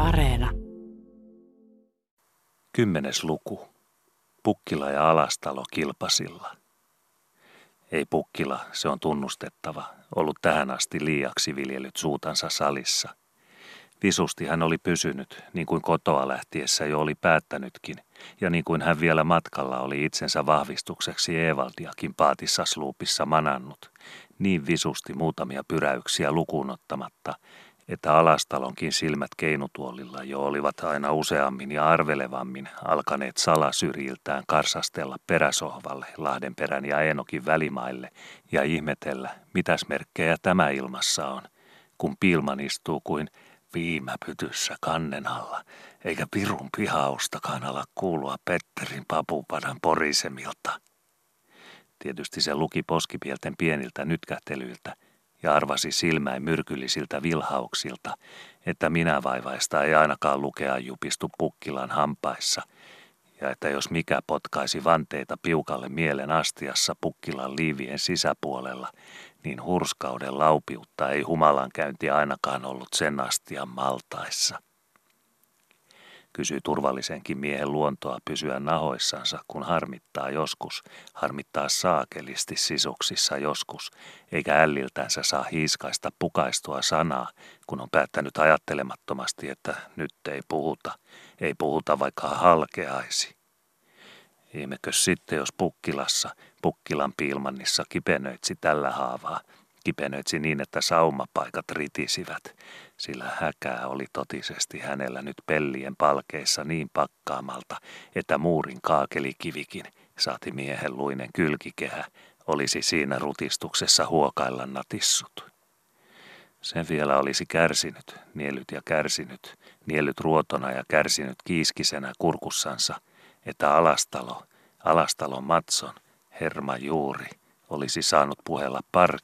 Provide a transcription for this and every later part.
Areena. 10. luku. Pukkila ja Alastalo kilpasilla. Ei Pukkila, se on tunnustettava, ollut tähän asti liiaksi viljellyt suutansa salissa. Visusti hän oli pysynyt, niin kuin kotoa lähtiessä jo oli päättänytkin, ja niin kuin hän vielä matkalla oli itsensä vahvistukseksi Eevaldiakin paatissa sluupissa manannut, niin visusti muutamia pyräyksiä lukuun ottamatta, että Alastalonkin silmät keinutuolilla jo olivat aina useammin ja arvelevammin alkaneet salasyrjiltään karsastella peräsohvalle Lahdenperän ja Eenokin välimaille ja ihmetellä, mitäs merkkejä tämä ilmassa on, kun Piilman istuu kuin viimäpytyssä kannen alla, eikä pirun pihaustakaan ala kuulua Petterin papupadan porisemilta. Tietysti se luki poskipielten pieniltä nytkähtelyiltä ja arvasi silmäin myrkyllisiltä vilhauksilta, että minä vaivaista ei ainakaan lukea jupistu Pukkilan hampaissa, ja että jos mikä potkaisi vanteita piukalle mielen astiassa Pukkilan liivien sisäpuolella, niin hurskauden laupiutta ei humalan käynti ainakaan ollut sen astian maltaissa. Kysyi turvallisenkin miehen luontoa pysyä nahoissansa, kun harmittaa saakelisti sisuksissa joskus, eikä älliltänsä saa hiiskaista pukaistua sanaa, kun on päättänyt ajattelemattomasti, että nyt ei puhuta vaikka halkeaisi. Ihmekös sitten, jos Pukkilan Piilmannissa kipenöitsi tällä haavaa, kipenöitsi niin, että saumapaikat ritisivät, sillä häkää oli totisesti hänellä nyt pellien palkeissa niin pakkaamalta, että muurin kaakelikivikin, saati miehen luinen kylkikehä, olisi siinä rutistuksessa huokailla natissut. Sen vielä olisi kärsinyt, nielyt ruotona ja kärsinyt kiiskisenä kurkussansa, että Alastalon Matson, Herma Juuri, olisi saanut puhella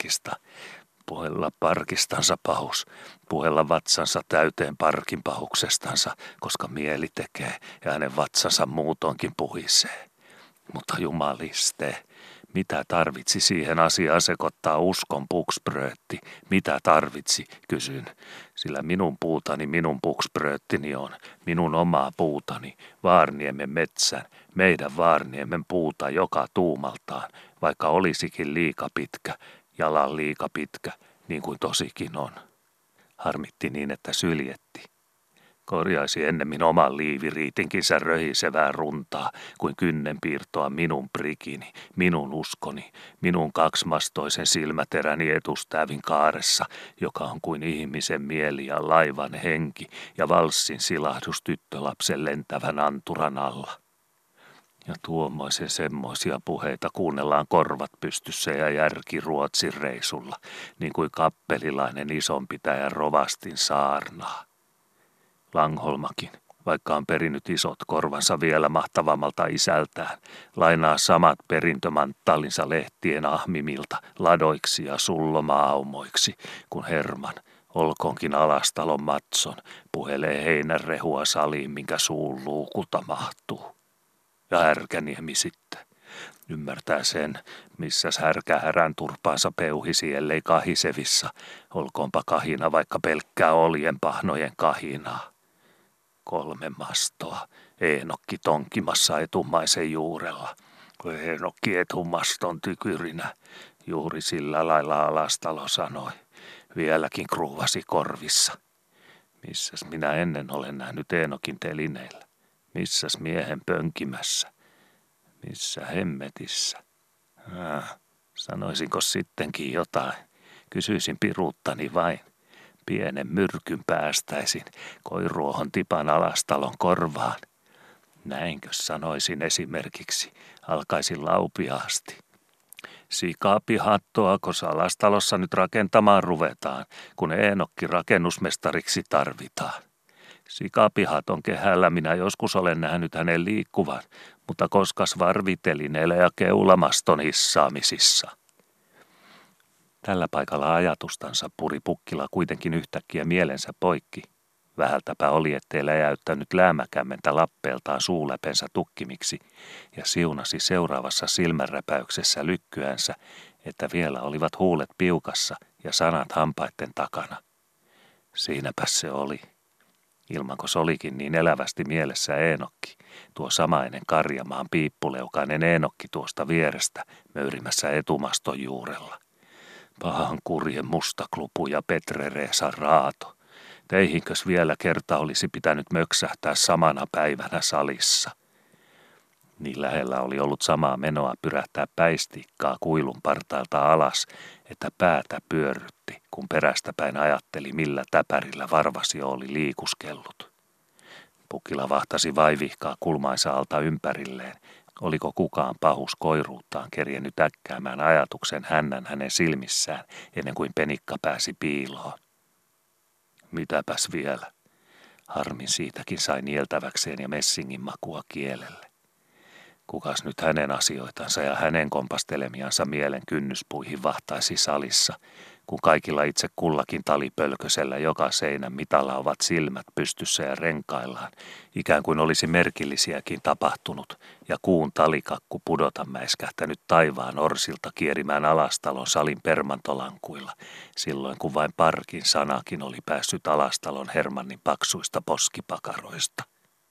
parkistansa pahus, puhella vatsansa täyteen parkin pahuksestansa, koska mieli tekee ja hänen vatsansa muutoinkin puhisee. Mutta jumaliste, mitä tarvitsi siihen asiaan sekoittaa uskon pukspröötti? Mitä tarvitsi, kysyn, sillä minun puutani minun puksprööttini on, minun omaa puutani, Vaarniemen metsän, meidän Vaarniemen puuta joka tuumaltaan, vaikka olisikin liika pitkä, jalan liika pitkä, niin kuin tosikin on. Harmitti niin, että syljetti. Korjaisi ennemmin oman liiviriitinkinsä röhisevää runtaa, kuin kynnenpiirtoa minun prikini, minun uskoni, minun kaksimastoisen silmäteräni etustäävin kaaressa, joka on kuin ihmisen mieli ja laivan henki ja valssin silahdus tyttölapsen lentävän anturan alla. Ja tuommoisen semmoisia puheita kuunnellaan korvat pystyssä ja järki Ruotsin reisulla, niin kuin kappelilainen isonpitäjän rovastin saarnaa. Langholmakin, vaikka on perinnyt isot korvansa vielä mahtavammalta isältään, lainaa samat perintömanttallinsa lehtien ahmimilta ladoiksi ja sulloma-aumoiksi, kun Herman, olkoonkin Alastalon Matson, puhelee heinänrehua saliin, minkä suun luukulta mahtuu. Ja Härkäniemi sitten. Ymmärtää sen, missäs härkä härän turpaansa peuhisi, ellei kahisevissa, olkoonpa kahina vaikka pelkkää oljenpahnojen kahinaa. 3 mastoa, Eenokki tonkimassa etumaisen juurella, Eenokki etumaston tykyrinä, juuri sillä lailla Alastalo sanoi, vieläkin kruuvasi korvissa. Missäs minä ennen olen nähnyt Eenokin telineillä? Missäs miehen pönkimässä? Missä hemmetissä? Sanoisinko sittenkin jotain? Kysyisin piruuttani vain. Pienen myrkyn päästäisin koiruohon tipan Alastalon korvaan. Näinkö sanoisin esimerkiksi, alkaisin laupiaasti. Sikapihattoakos Alastalossa nyt rakentamaan ruvetaan, kun Eenokki rakennusmestariksi tarvitaan. Sikapihaton kehällä minä joskus olen nähnyt hänen liikkuvan, mutta koskas varvitelineillä ja keulamaston hissaamisissa. Tällä paikalla ajatustansa puri Pukkila kuitenkin yhtäkkiä mielensä poikki. Vähältäpä oli, ettei läjäyttänyt läämäkämmentä lappeeltaan suuläpensä tukkimiksi ja siunasi seuraavassa silmänräpäyksessä lykkyänsä, että vielä olivat huulet piukassa ja sanat hampaitten takana. Siinäpä se oli. Ilmankos olikin niin elävästi mielessä Eenokki, tuo samainen Karjamaan piippuleukainen Eenokki tuosta vierestä möyrimässä etumaston juurella. Pahan kurjen mustaklupu ja Petre Reesan raato. Teihinkös vielä kerta olisi pitänyt möksähtää samana päivänä salissa? Niin lähellä oli ollut samaa menoa pyrähtää päistikkaa kuilun partailta alas, että päätä pyörrytti, kun perästäpäin ajatteli, millä täpärillä Varvasio oli liikuskellut. Pukkila vahtasi vaivihkaa kulmaisa alta ympärilleen. Oliko kukaan pahus koiruuttaan kerjennyt äkkäämään ajatuksen hänen silmissään, ennen kuin penikka pääsi piiloon? Mitäpäs vielä? Harmin siitäkin sai nieltäväkseen ja messingin makua kielelle. Kukas nyt hänen asioitansa ja hänen kompastelemiansa mielen kynnyspuihin vahtaisi salissa, kun kaikilla itse kullakin talipölkösellä joka seinän mitalla ovat silmät pystyssä ja renkaillaan, ikään kuin olisi merkillisiäkin tapahtunut, ja kuun talikakku pudota mäiskähtänyt taivaan orsilta kierimään Alastalon salin permantolankuilla, silloin kun vain parkin sanakin oli päässyt Alastalon Hermannin paksuista poskipakaroista.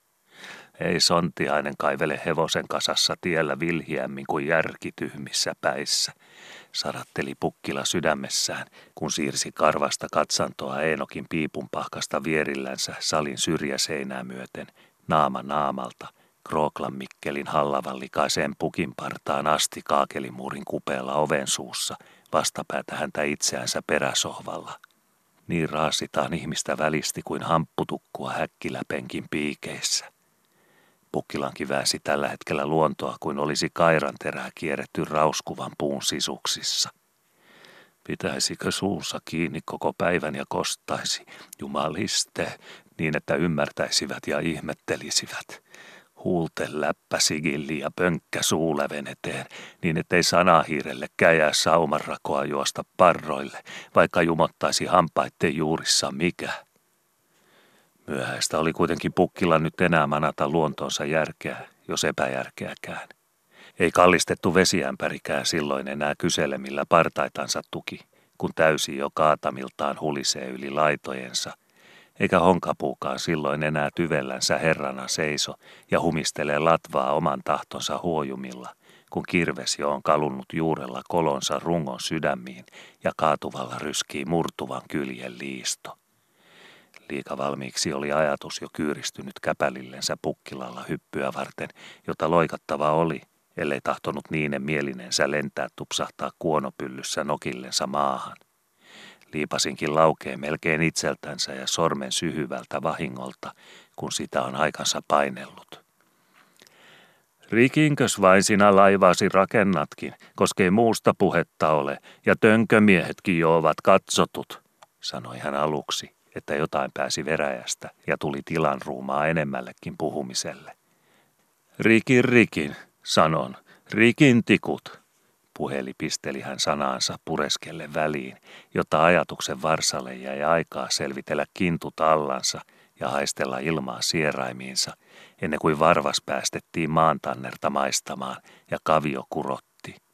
Ei Sontiainen kaivele hevosen kasassa tiellä vilhiämmin kuin järki tyhmissä päissä, saratteli Pukkila sydämessään, kun siirsi karvasta katsantoa Eenokin piipunpahkasta vierillänsä salin syrjäseinää myöten, naama naamalta, Krooklan Mikkelin hallavan likaiseen pukinpartaan asti kaakelimuurin kupeella oven suussa, vastapäätä häntä itseänsä peräsohvalla. Niin raasitaan ihmistä välisti kuin hampputukkua häkkiläpenkin piikeissä. Pukkilankin väänsi tällä hetkellä luontoa, kuin olisi kairanterää kierretty rauskuvan puun sisuksissa. Pitäisikö suunsa kiinni koko päivän ja kostaisi, jumaliste, niin että ymmärtäisivät ja ihmettelisivät. Huulten läppä sigilli ja pönkkä suuläven eteen, niin ettei sanahiirelle käjää saumanrakoa juosta parroille, vaikka jumottaisi hampaitten juurissa mikä. Myöhäistä oli kuitenkin Pukkila nyt enää manata luontonsa järkeä, jos epäjärkeäkään. Ei kallistettu vesiämpärikään silloin enää kysele, millä partaitansa tuki, kun täysi jo kaatamiltaan hulisee yli laitojensa, eikä honkapuukaan silloin enää tyvellänsä herrana seiso ja humistelee latvaa oman tahtonsa huojumilla, kun kirves jo on kalunnut juurella kolonsa rungon sydämiin ja kaatuvalla ryskii murtuvan kyljen liisto. Liika valmiiksi oli ajatus jo kyyristynyt käpälillensä Pukkilalla hyppyä varten, jota loikattava oli, ellei tahtonut niinen mielinensä lentää tupsahtaa kuonopyllyssä nokillensa maahan. Liipasinkin laukee melkein itseltänsä ja sormen syhyvältä vahingolta, kun sitä on aikansa painellut. Rikinkös vain sinä laivaasi rakennatkin, koska ei muusta puhetta ole, ja tönkömiehetkin jo ovat katsotut, sanoi hän aluksi, että jotain pääsi veräjästä ja tuli tilan ruumaa enemmällekin puhumiselle. Rikin, sanon, rikin tikut, puheli pisteli hän sanaansa pureskelle väliin, jotta ajatuksen varsalle jäi aikaa selvitellä kintut allansa ja haistella ilmaa sieraimiinsa, ennen kuin Varvas päästettiin maantannerta maistamaan ja kavio kurotti.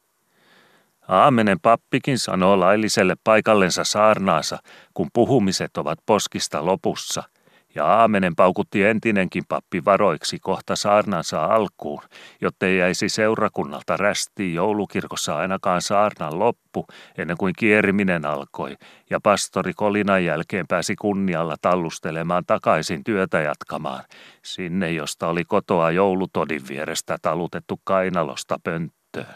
Aamenen pappikin sanoo lailliselle paikallensa saarnaansa, kun puhumiset ovat poskista lopussa, ja aamenen paukutti entinenkin pappi varoiksi kohta saarnansa alkuun, jottei jäisi seurakunnalta rästiin joulukirkossa ainakaan saarnan loppu, ennen kuin kieriminen alkoi, ja pastori kolinan jälkeen pääsi kunnialla tallustelemaan takaisin työtä jatkamaan, sinne josta oli kotoa joulutodin vierestä talutettu kainalosta pönttöön.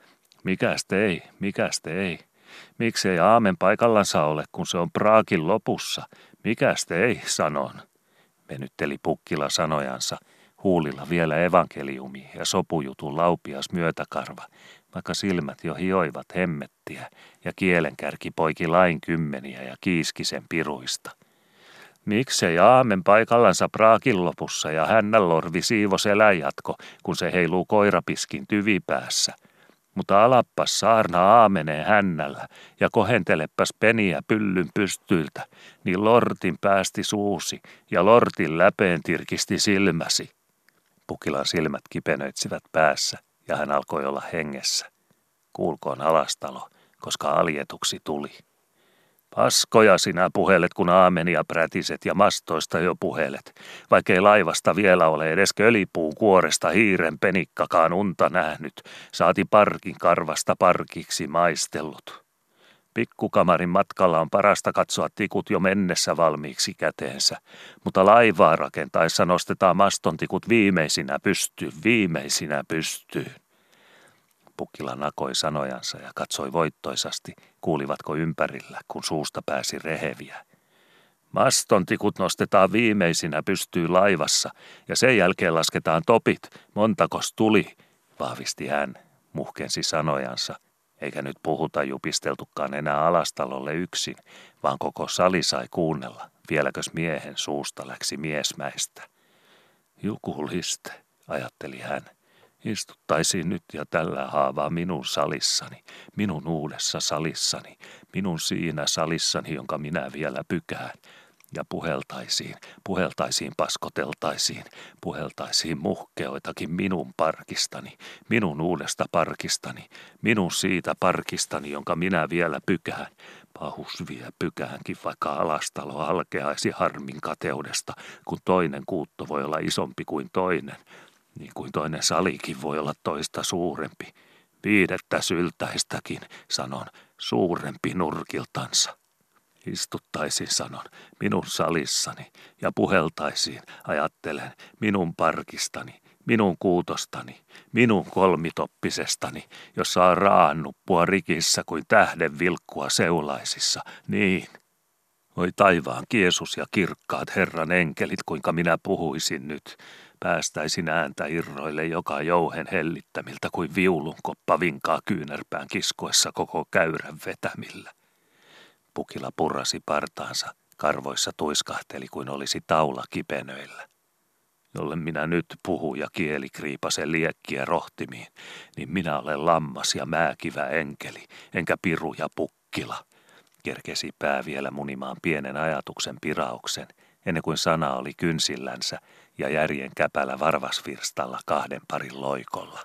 Mikäs ei? Miksei aamen paikallansa ole, kun se on Praakin lopussa? Mikäs ei, sanon, venytteli Pukkila sanojansa, huulilla vielä evankeliumi ja sopujutun laupias myötäkarva, vaikka silmät jo hioivat hemmettiä ja kielenkärki poiki lain kymmeniä ja kiiski sen piruista. Miksei aamen paikallansa Praakin lopussa ja hännänlorvi siivo selänjatko, kun se heiluu koirapiskin tyvipäässä? Mutta alappas saarna aamenee hännällä ja kohentelepas peniä pyllyn pystyiltä, niin lortin päästi suusi ja lortin läpeen tirkisti silmäsi. Pukilan silmät kipenöitsivät päässä ja hän alkoi olla hengessä. Kuulkoon Alastalo, koska aljetuksi tuli. Paskoja sinä puhelet, kun aamenia prätiset ja mastoista jo puhelet, vaikkei laivasta vielä ole edes kölipuun kuoresta hiiren penikkakaan unta nähnyt, saati parkin karvasta parkiksi maistellut. Pikkukamarin matkalla on parasta katsoa tikut jo mennessä valmiiksi käteensä, mutta laivaa rakentaessa nostetaan mastontikut viimeisinä pystyyn. Pukkila nakoi sanojansa ja katsoi voittoisasti, kuulivatko ympärillä, kun suusta pääsi reheviä. Mastontikut nostetaan viimeisinä pystyyn laivassa ja sen jälkeen lasketaan topit, montakos tuli, vahvisti hän, muhkensi sanojansa. Eikä nyt puhuta jupisteltukaan enää Alastalolle yksin, vaan koko sali sai kuunnella, vieläkös miehen suusta läksi miesmäistä. Jukuliste, ajatteli hän. Istuttaisiin nyt ja tällä haavaa minun salissani, minun uudessa salissani, minun siinä salissani, jonka minä vielä pykään. Ja puheltaisiin paskoteltaisiin muhkeoitakin minun parkistani, minun uudesta parkistani, minun siitä parkistani, jonka minä vielä pykään. Pahus vie pykäänkin, vaikka Alastalo halkeaisi harmin kateudesta, kun toinen kuutto voi olla isompi kuin toinen. Niin kuin toinen salikin voi olla toista suurempi. 5 syltäistäkin, sanon, suurempi nurkiltansa. Istuttaisin, sanon, minun salissani ja puheltaisiin, ajattelen, minun parkistani, minun kuutostani, minun kolmitoppisestani, jossa on raannuppua rikissä kuin tähden vilkkua seulaisissa, niin. Oi taivaan Kiesus ja kirkkaat Herran enkelit, kuinka minä puhuisin nyt. Päästäisin ääntä irroille joka jouhen hellittämiltä kuin viulun koppa vinkaa kyynärpään kiskoessa koko käyrän vetämillä. Pukkila purrasi partaansa, karvoissa tuiskahteli kuin olisi taula kipenöillä. Jolle minä nyt puhu ja kieli kriipase liekkiä rohtimiin, niin minä olen lammas ja määkivä enkeli, enkä piru ja Pukkila. Kerkesi pää vielä munimaan pienen ajatuksen pirauksen, ennen kuin sana oli kynsillänsä ja järjen käpälä varvasvirstalla 2 parin loikolla.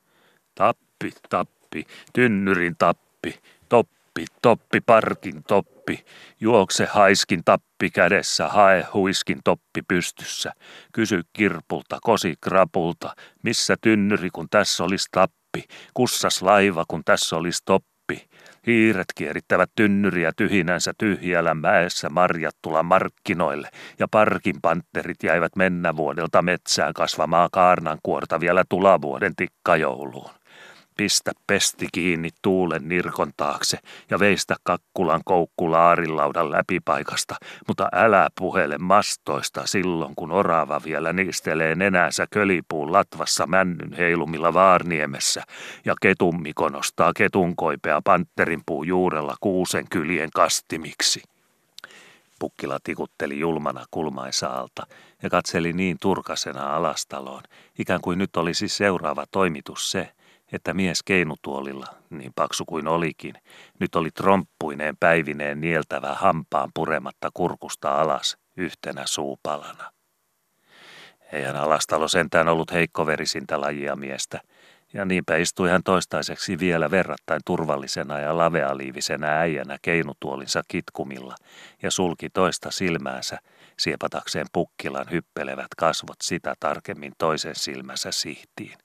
Tappi, tynnyrin tappi, toppi, parkin toppi, juokse haiskin tappi kädessä, hae huiskin toppi pystyssä, kysy kirpulta, kosi krapulta, missä tynnyri kun tässä olisi tappi, kussas laiva kun tässä olisi toppi. Hiiret kierittävät tynnyriä tyhinänsä tyhjällä mäessä marjattula markkinoille, ja parkin pantterit jäivät mennävuodelta metsään kasvamaan kaarnankuorta vielä tulavuoden tikkajouluun. Pistä pesti kiinni tuulen nirkon taakse ja veistä kakkulan koukku laarilaudan läpipaikasta, mutta älä puhele mastoista silloin, kun orava vielä niistelee nenänsä kölipuun latvassa männyn heilumilla Vaarniemessä ja ketummiko nostaa ketunkoipea pantterinpuun juurella kuusen kyljen kastimiksi. Pukkila tikutteli julmana kulmaisaalta ja katseli niin turkasena Alastaloon, ikään kuin nyt olisi seuraava toimitus se, että mies keinutuolilla, niin paksu kuin olikin, nyt oli tromppuineen päivineen nieltävä hampaan purematta kurkusta alas yhtenä suupalana. Eihän Alastalo sentään ollut heikkoverisintä lajia miestä, ja niinpä istui hän toistaiseksi vielä verrattain turvallisena ja lavealiivisenä äijänä keinutuolinsa kitkumilla ja sulki toista silmäänsä, siepatakseen Pukkilan hyppelevät kasvot sitä tarkemmin toisen silmänsä sihtiin.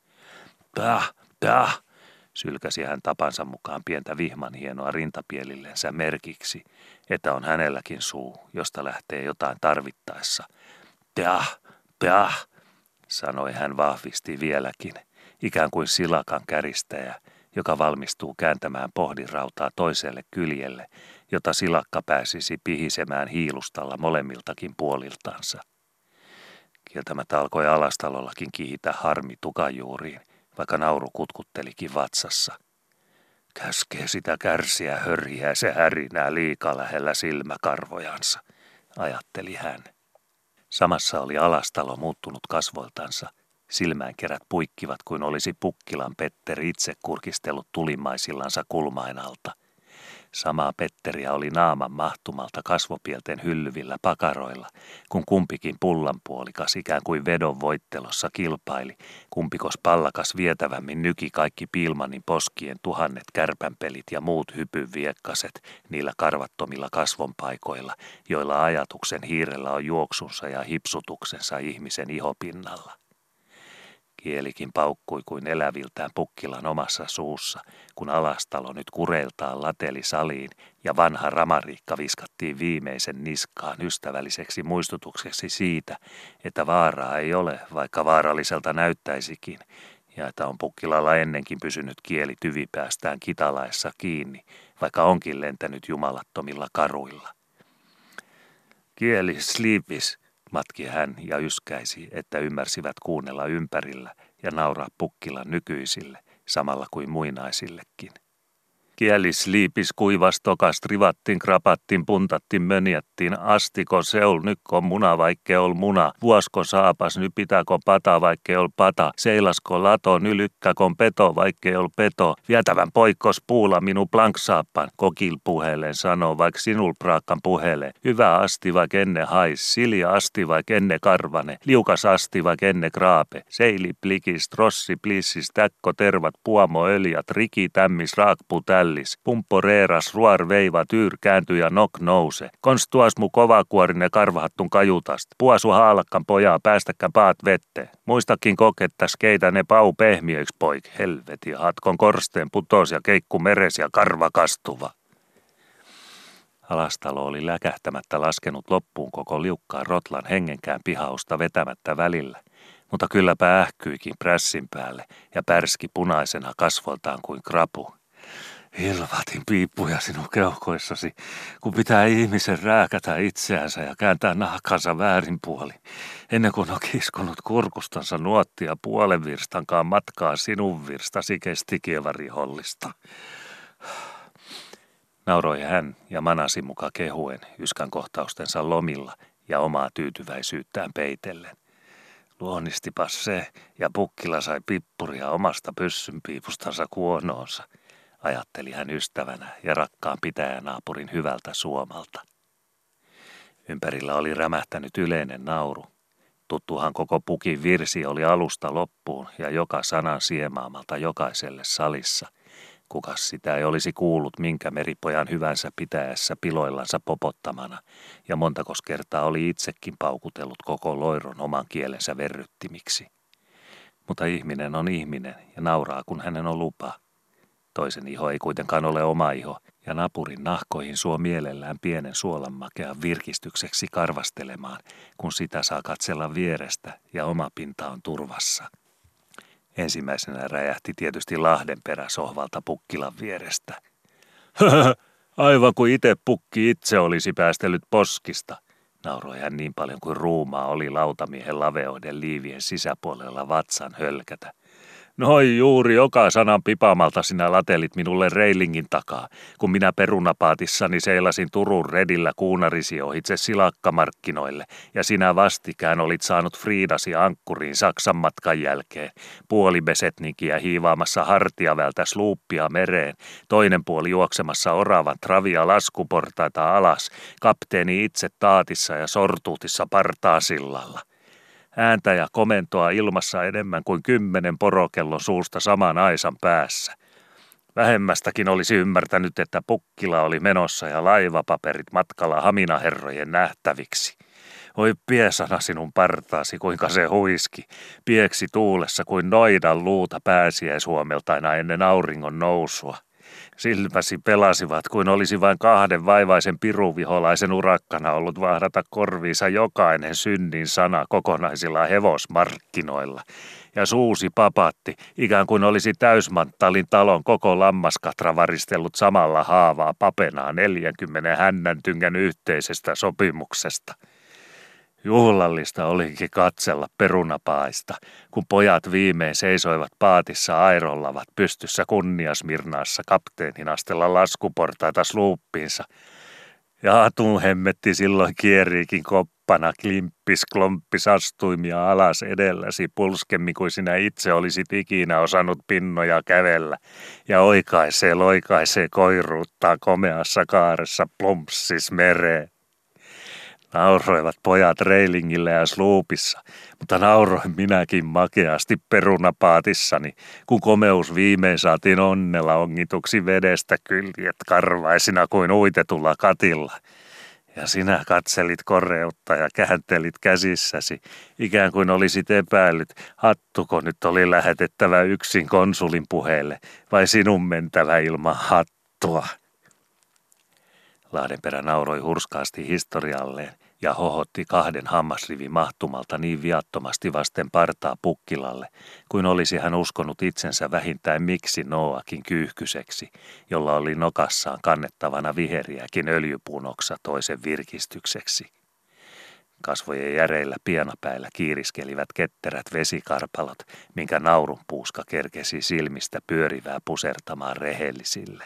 Tah, sylkäsi hän tapansa mukaan pientä vihman hienoa rintapielillensä merkiksi, että on hänelläkin suu, josta lähtee jotain tarvittaessa. Tah, sanoi hän vahvisti vieläkin, ikään kuin silakan käristäjä, joka valmistuu kääntämään pohdinrautaa toiselle kyljelle, jota silakka pääsisi pihisemään hiilustalla molemmiltakin puoliltansa. Kieltämättä alkoi Alastalollakin kihitä harmi tukajuuriin, vaikka nauru kutkuttelikin vatsassa. Käskee sitä kärsiä hörjää se härinää liika lähellä silmäkarvojansa, ajatteli hän. Samassa oli Alastalo muuttunut kasvoiltansa. Silmäänkerät puikkivat kuin olisi Pukkilan Petteri itse kurkistellut tulimaisillansa kulmain alta. Samaa Petteriä oli naaman mahtumalta kasvopielten hyllyvillä pakaroilla, kun kumpikin pullanpuolikas ikään kuin vedon voittelossa kilpaili, kumpikos pallakas vietävämmin nyki kaikki Piilmanin poskien tuhannet kärpänpelit ja muut hypyviekkaset niillä karvattomilla kasvonpaikoilla, joilla ajatuksen hiirellä on juoksunsa ja hipsutuksensa ihmisen ihopinnalla. Kielikin paukkui kuin eläviltään Pukkilan omassa suussa, kun Alastalo nyt kureiltaan lateli saliin ja vanha ramariikka viskattiin viimeisen niskaan ystävälliseksi muistutukseksi siitä, että vaaraa ei ole, vaikka vaaralliselta näyttäisikin, ja että on Pukkilalla ennenkin pysynyt kieli tyvipäästään kitalaessa kiinni, vaikka onkin lentänyt jumalattomilla karuilla. Kieli slipis, matki hän ja yskäisi, että ymmärsivät kuunnella ympärillä ja nauraa Pukkilan nykyisille, samalla kuin muinaisillekin. Kielis liipis kuivas tokas, trivattiin, krapattiin, puntattiin, mönjättiin, astiko seul, nykko muna, vaikke ol muna, vuosko saapas, ny pitääkö pata, vaikke ol pata, seilasko lato, ny lykkäkon peto, vaikke ol peto, vietävän poikkos puula minu planksaappan, kokil puheleen sanoo, vaik sinul praakkan puheleen, hyvä asti, vaik enne hais, silja asti, vaik enne karvane, liukas asti, vaik enne kraape, seili plikis, trossi plissis, täkko tervat, puomo öljät, riki tämmis, raakpu tällis, pumppo reeras, ruar veiva, tyyr kääntyy ja nok nouse. Konstuas mu kovakuorine karvahattun kajutast. Puasu haalakkan pojaa, päästäkään paat vette. Muistakin kokettas keitä ne pau pehmiöiksi poik. Helveti, hatkon korsteen putos ja keikku meres ja karva kastuva. Alastalo oli läkähtämättä laskenut loppuun koko liukkaan rotlan hengenkään pihausta vetämättä välillä, mutta kylläpä ähkyikin prässin päälle ja pärski punaisena kasvoltaan kuin krapu. Hilvatin piippuja sinun keuhkoissasi, kun pitää ihmisen rääkätä itseänsä ja kääntää nahkansa väärin puoli, ennen kuin on kiskonut kurkustansa nuottia puolen virstankaan matkaa sinun virstasi kestikievarihollista. Nauroi hän ja manasi muka kehuen yskän kohtaustensa lomilla ja omaa tyytyväisyyttään peitellen. Luonnistipas se, ja Pukkila sai pippuria omasta pyssynpiipustansa kuonoonsa, ajatteli hän ystävänä ja rakkaan pitäjänaapurin hyvältä Suomalta. Ympärillä oli rämähtänyt yleinen nauru. Tuttuhan koko pukin virsi oli alusta loppuun ja joka sanan siemaamalta jokaiselle salissa. Kukas sitä ei olisi kuullut minkä meripojan hyvänsä pitäessä piloillansa popottamana, ja montakos kertaa oli itsekin paukutellut koko loiron oman kielensä verryttimiksi. Mutta ihminen on ihminen ja nauraa, kun hänen on lupa. Toisen iho ei kuitenkaan ole oma iho, ja napurin nahkoihin suo mielellään pienen suolanmakean virkistykseksi karvastelemaan, kun sitä saa katsella vierestä ja oma pinta on turvassa. Ensimmäisenä räjähti tietysti Lahdenperä sohvalta Pukkilan vierestä. Aivan kuin itse Pukki itse olisi päästellyt poskista, nauroi hän niin paljon kuin ruumaa oli lautamiehen laveoiden liivien sisäpuolella vatsan hölkätä. Noi juuri joka sanan pipaamalta sinä latelit minulle reilingin takaa, kun minä perunapaatissani seilasin Turun redillä kuunarisi ohitse silakkamarkkinoille, ja sinä vastikään olit saanut Friidasi ankkuriin Saksan matkan jälkeen, puoli besetnikiä hiivaamassa hartiavältä sluuppia mereen, toinen puoli juoksemassa oravan travia laskuportaita alas, kapteeni itse taatissa ja sortuutissa partaasillalla. Ääntä ja komentoa ilmassa enemmän kuin 10 porokellon suusta saman aisan päässä. Vähemmästäkin olisi ymmärtänyt, että Pukkila oli menossa ja laivapaperit matkalla Haminaherrojen nähtäviksi. Oi piesana sinun partaasi, kuinka se huiski, pieksi tuulessa kuin noidan luuta pääsiäishuomeltaina ennen auringon nousua. Silmäsi pelasivat, kuin olisi vain 2 vaivaisen piruviholaisen urakkana ollut vahdata korviinsa jokainen synnin sana kokonaisilla hevosmarkkinoilla. Ja suusi papatti, ikään kuin olisi täysmanttalin talon koko lammaskatra varistellut samalla haavaa papenaa 40 hännäntyngän yhteisestä sopimuksesta. Juhlallista olikin katsella perunapaista, kun pojat viimein seisoivat paatissa airollavat pystyssä kunniasmirnaassa kapteenin astella laskuportaita sluuppiinsa. Ja Atun hemmetti silloin kieriikin koppi. kuppana klimppis astuimia alas edelläsi pulskemmin kuin sinä itse olisit ikinä osannut pinnoja kävellä, ja loikaisee koiruuttaa komeassa kaaressa plumpsis mereen. Nauroivat pojat reilingillä ja sluupissa, mutta nauroin minäkin makeasti perunapaatissani, kun komeus viimein saatiin onnella ongituksi vedestä kyljet karvaisina kuin uitetulla katilla. Ja sinä katselit koreutta ja kääntelit käsissäsi, ikään kuin olisit epäillyt, hattuko nyt oli lähetettävä yksin konsulin puheelle vai sinun mentävä ilman hattua. Lahdenperä nauroi hurskaasti historialleen ja hohotti 2 hammasrivin mahtumalta niin viattomasti vasten partaa Pukkilalle, kuin olisi hän uskonut itsensä vähintään miksi Nooakin kyyhkyseksi, jolla oli nokassaan kannettavana viheriäkin öljypunoksa toisen virkistykseksi. Kasvojen järeillä pianapäillä kiiriskelivät ketterät vesikarpalot, minkä naurunpuuska kerkesi silmistä pyörivää pusertamaan rehellisille.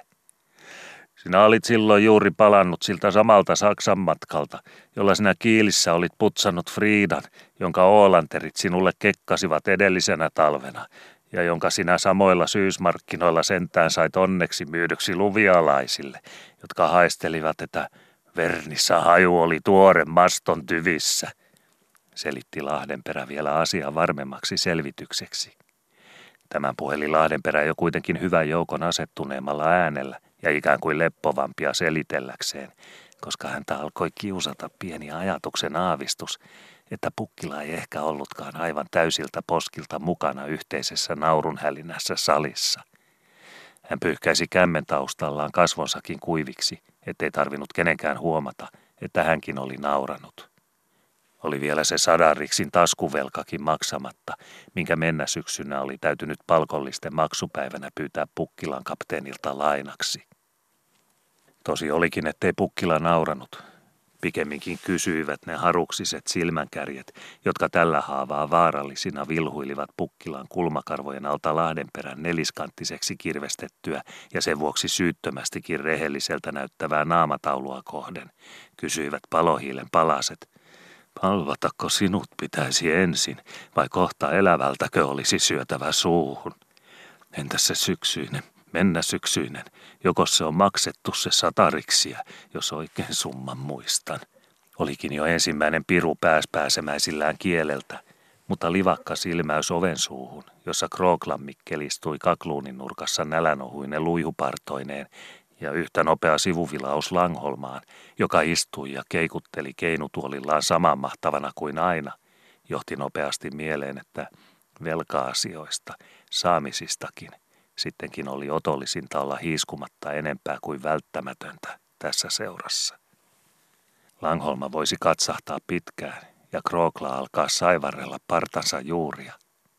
Sinä olit silloin juuri palannut siltä samalta Saksan matkalta, jolla sinä Kiilissä olit putsannut Friidan, jonka oolanterit sinulle kekkasivat edellisenä talvena, ja jonka sinä samoilla syysmarkkinoilla sentään sait onneksi myydyksi luvialaisille, jotka haistelivat, että Vernissä haju oli tuore maston tyvissä, selitti Lahdenperä vielä asian varmemmaksi selvitykseksi. Tämän puheli Lahdenperä jo kuitenkin hyvän joukon asettuneemmalla äänellä ja ikään kuin leppovampia selitelläkseen, koska häntä alkoi kiusata pieni ajatuksen aavistus, että Pukkila ei ehkä ollutkaan aivan täysiltä poskilta mukana yhteisessä naurunhälinässä salissa. Hän pyyhkäisi kämmen taustallaan kasvonsakin kuiviksi, ettei tarvinnut kenenkään huomata, että hänkin oli nauranut. Oli vielä se 100 riksin taskuvelkakin maksamatta, minkä mennäsyksynä oli täytynyt palkollisten maksupäivänä pyytää Pukkilan kapteenilta lainaksi. Tosi olikin, ettei Pukkila nauranut. Pikemminkin kysyivät ne haruksiset silmänkärjet, jotka tällä haavaa vaarallisina vilhuilivat Pukkilan kulmakarvojen alta Lahdenperän neliskanttiseksi kirvestettyä ja sen vuoksi syyttömästikin rehelliseltä näyttävää naamataulua kohden. Kysyivät palohiilen palaset. Palvatako sinut pitäisi ensin, vai kohta elävältäkö olisi syötävä suuhun? Entäs se syksyinen, mennäsyksyinen, joko se on maksettu se 100 riksiä, jos oikein summan muistan? Olikin jo ensimmäinen piru pääsemäisillään kieleltä, mutta livakka silmäys oven suuhun, jossa Krooklammikkel istui kakluunin nurkassa nälänohuinen luihupartoineen, ja yhtä nopea sivuvilaus Langholmaan, joka istui ja keikutteli keinutuolillaan saman mahtavana kuin aina, johti nopeasti mieleen, että velka-asioista, saamisistakin, sittenkin oli otollisinta olla hiiskumatta enempää kuin välttämätöntä tässä seurassa. Langholma voisi katsahtaa pitkään ja Krookla alkaa saivarrella partansa juuria.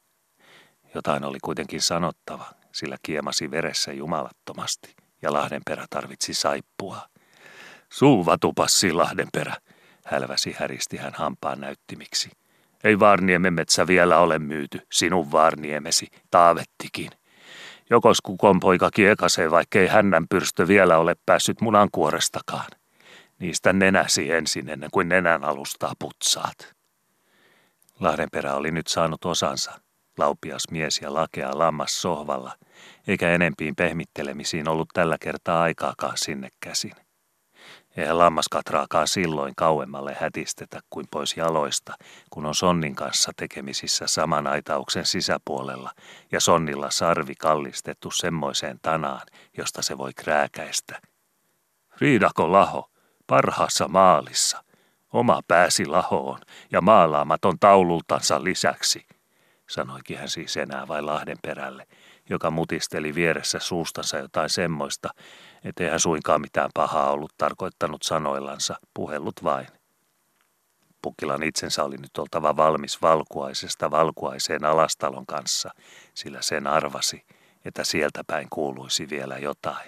Jotain oli kuitenkin sanottava, sillä kiemasi veressä jumalattomasti. Ja Lahdenperä tarvitsi saippua. Suuvatupassi, Lahdenperä, hälväsi häristi hän hampaan näyttimiksi. Ei Vaarniemen metsä vielä ole myyty, sinun Vaarniemesi, Taavettikin. Jokos kukonpoika kiekasee, vaikkei hännänpyrstö vielä ole päässyt munankuorestakaan. Niistä nenäsi ensin ennen kuin nenän alustaa putsaat. Lahdenperä oli nyt saanut osansa. Laupias mies ja lakea lammas sohvalla, eikä enempiin pehmittelemisiin ollut tällä kertaa aikaakaan sinne käsin. Eihän lammaskatraakaan silloin kauemmalle hätistetä kuin pois jaloista, kun on sonnin kanssa tekemisissä saman aitauksen sisäpuolella ja sonnilla sarvi kallistettu semmoiseen tanaan, josta se voi krääkäistä. Riidako laho, parhaassa maalissa, oma pääsi lahoon ja maalaamaton taulultansa lisäksi, sanoikin hän siis enää vain Lahdenperälle, joka mutisteli vieressä suustansa jotain semmoista, ettei hän suinkaan mitään pahaa ollut tarkoittanut sanoillansa, puhellut vain. Pukkilan itsensä oli nyt oltava valmis valkuaisesta valkuaiseen alastalon kanssa, sillä sen arvasi, että sieltä päin kuuluisi vielä jotain.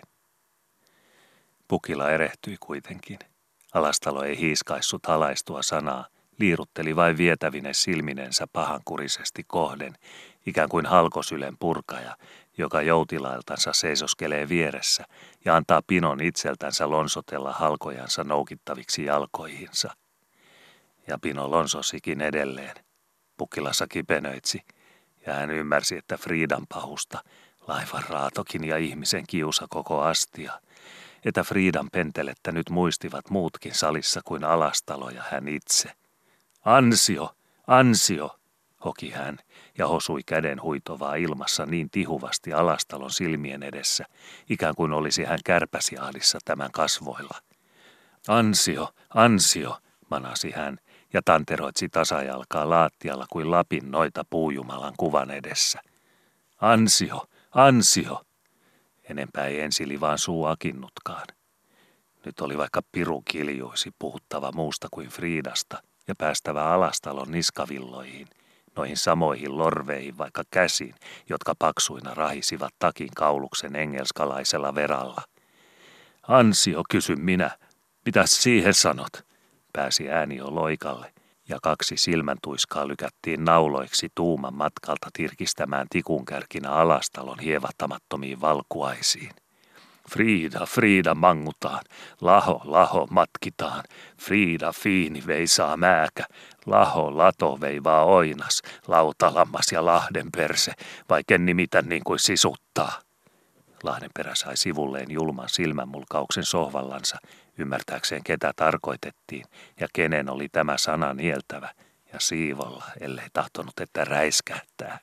Pukkila erehtyi kuitenkin. Alastalo ei hiiskaissut halaistua sanaa, liirutteli vain vietävine silminensä pahankurisesti kohden, ikään kuin halkosylen purkaja, joka joutilailtansa seisoskelee vieressä ja antaa pinon itseltänsä lonsotella halkojansa noukittaviksi jalkoihinsa. Ja Pino lonsosikin edelleen. Pukkilassa kipenöitsi, ja hän ymmärsi, että Friidan pahusta, laivan raatokin ja ihmisen kiusa koko astia, että Friidan pentelettä nyt muistivat muutkin salissa kuin Alastalo ja hän itse. Ansio, ansio, hoki hän ja hosui käden huitovaa ilmassa niin tihuvasti Alastalon silmien edessä, ikään kuin olisi hän kärpäsjahdissa tämän kasvoilla. Ansio, ansio, manasi hän ja tanteroitsi tasajalkaa laattialla kuin Lapin noita puujumalan kuvan edessä. Ansio, ansio. Enempää ei ensili vaan suu akinnutkaan. Nyt oli vaikka piru kiljuisi puhuttava muusta kuin Friidasta ja päästävä Alastalon niskavilloihin, noihin samoihin lorveihin vaikka käsiin, jotka paksuina rahisivat takin kauluksen engelskalaisella veralla. Ansio, kysyn minä, mitäs siihen sanot? Pääsi ääni jo loikalle, ja 2 silmäntuiskaa lykättiin nauloiksi tuuman matkalta tirkistämään tikunkärkinä Alastalon hievattamattomiin valkuaisiin. Friida, Friida mangutaan, laho, laho matkitaan, Friida fiini veisaa määkä, laho, lato veivaa oinas, lautalammas ja lahdenperse, vaiken nimitä niin kuin sisuttaa. Lahdenperä sai sivulleen julman silmänmulkauksen sohvallansa, ymmärtääkseen ketä tarkoitettiin ja kenen oli tämä sana nieltävä, ja siivolla, ellei tahtonut, että räiskähtää.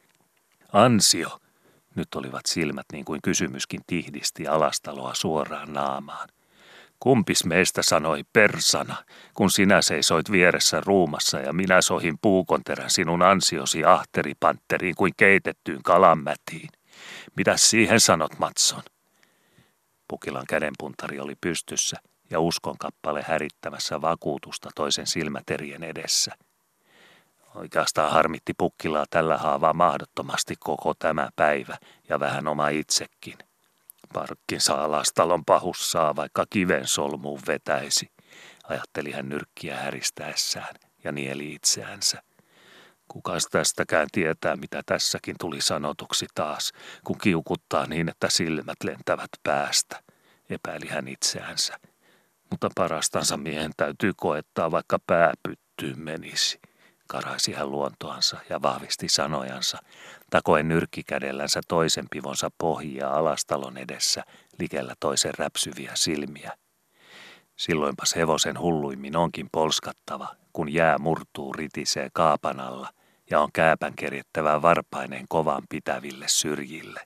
Ansio! Nyt olivat silmät niin kuin kysymyskin tihdisti Alastaloa suoraan naamaan. Kumpis meistä sanoi persana, kun sinä seisoit vieressä ruumassa ja minä sohin puukonterän sinun ansiosi ahteripantteriin kuin keitettyyn kalanmätiin? Mitäs siihen sanot, Matson? Pukilan kädenpuntari oli pystyssä ja uskonkappale härittämässä vakuutusta toisen silmäterien edessä. Oikeastaan harmitti Pukkilaa tällä haavaa mahdottomasti koko tämä päivä ja vähän oma itsekin. Parkkinsa Alastalon pahussaa vaikka kiven solmuun vetäisi, ajatteli hän nyrkkiä häristäessään ja nieli itseänsä. Kukas tästäkään tietää, mitä tässäkin tuli sanotuksi taas, kun kiukuttaa niin, että silmät lentävät päästä, epäili hän itseänsä. Mutta parastansa miehen täytyy koettaa, vaikka pää pyttyyn menisi. Karaisi hän luontoansa ja vahvisti sanojansa, takoen nyrkkikädellänsä toisen pivonsa pohjia Alastalon edessä likellä toisen räpsyviä silmiä. Silloinpas hevosen hulluimmin onkin polskattava, kun jää murtuu ritisee kaapan alla ja on kääpän kerjettävä varpainen kovan pitäville syrjille.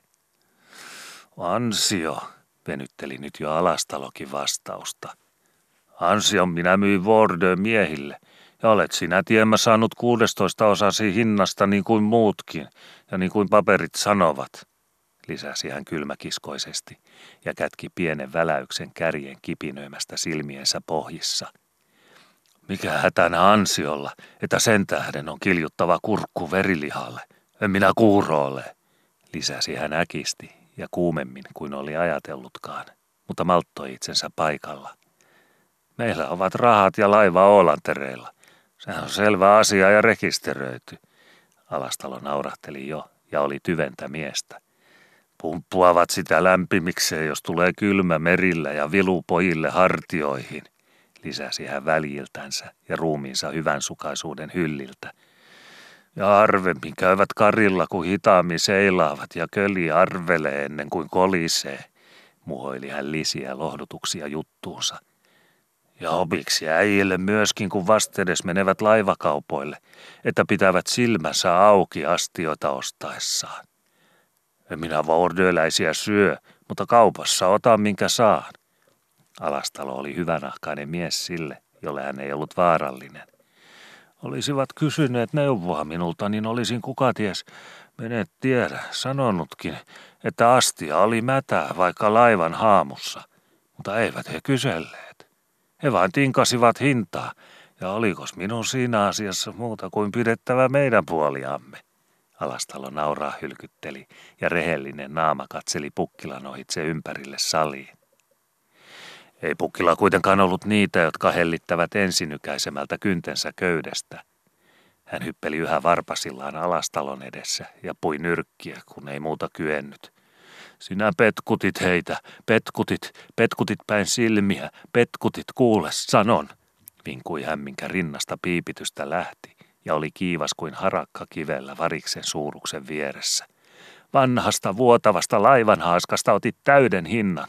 Ansio, venytteli nyt jo Alastalokin vastausta. Ansion minä myin Vordön miehille, ja olet sinä tiemmä saanut 16 hinnasta niin kuin muutkin, ja niin kuin paperit sanovat, lisäsi hän kylmäkiskoisesti, ja kätki pienen väläyksen kärjen kipinöimästä silmiensä pohjissa. Mikä hätänä Ansiolla, että sen tähden on kiljuttava kurkku verilihalle, en minä kuuro ole, lisäsi hän äkisti ja kuumemmin kuin oli ajatellutkaan, mutta malttoi itsensä paikalla. Meillä ovat rahat ja laiva Oolantereilla. Sehän on selvä asia ja rekisteröity. Alastalo naurahteli jo ja oli tyventä miestä. Pumppuavat sitä lämpimikseen, jos tulee kylmä merillä ja vilu pojille hartioihin, lisäsi hän väljiltänsä ja ruumiinsa hyvänsukaisuuden hylliltä. Ja harvemmin käyvät karilla, kun hitaammin seilaavat ja köli arvelee ennen kuin kolisee, muhoili hän lisiä lohdutuksia juttuunsa. Ja opiksi äijille myöskin, kun vastedes menevät laivakaupoille, että pitävät silmänsä auki astioita ostaessaan. En minä vordöläisiä syö, mutta kaupassa otan minkä saan. Alastalo oli hyvänahkainen mies sille, jolle hän ei ollut vaarallinen. Olisivat kysyneet neuvoa minulta, niin olisin kukaties, menet tiedä, sanonutkin, että astia oli mätää vaikka laivan haamussa, mutta eivät he kyselleet. He vain tinkasivat hintaa, ja olikos minun siinä asiassa muuta kuin pidettävä meidän puoliamme. Alastalo nauraa hylkytteli, ja rehellinen naama katseli Pukkilan ohitse ympärille saliin. Ei Pukkila kuitenkaan ollut niitä, jotka hellittävät ensinykäisemmältä kyntensä köydestä. Hän hyppeli yhä varpasillaan Alastalon edessä ja pui nyrkkiä, kun ei muuta kyennyt. Sinä petkutit heitä, petkutit päin silmiä, petkutit kuule, sanon. Vinkui hän, minkä rinnasta piipitystä lähti, ja oli kiivas kuin harakka kivellä variksen suuruksen vieressä. Vanhasta vuotavasta laivanhaaskasta otit täyden hinnan.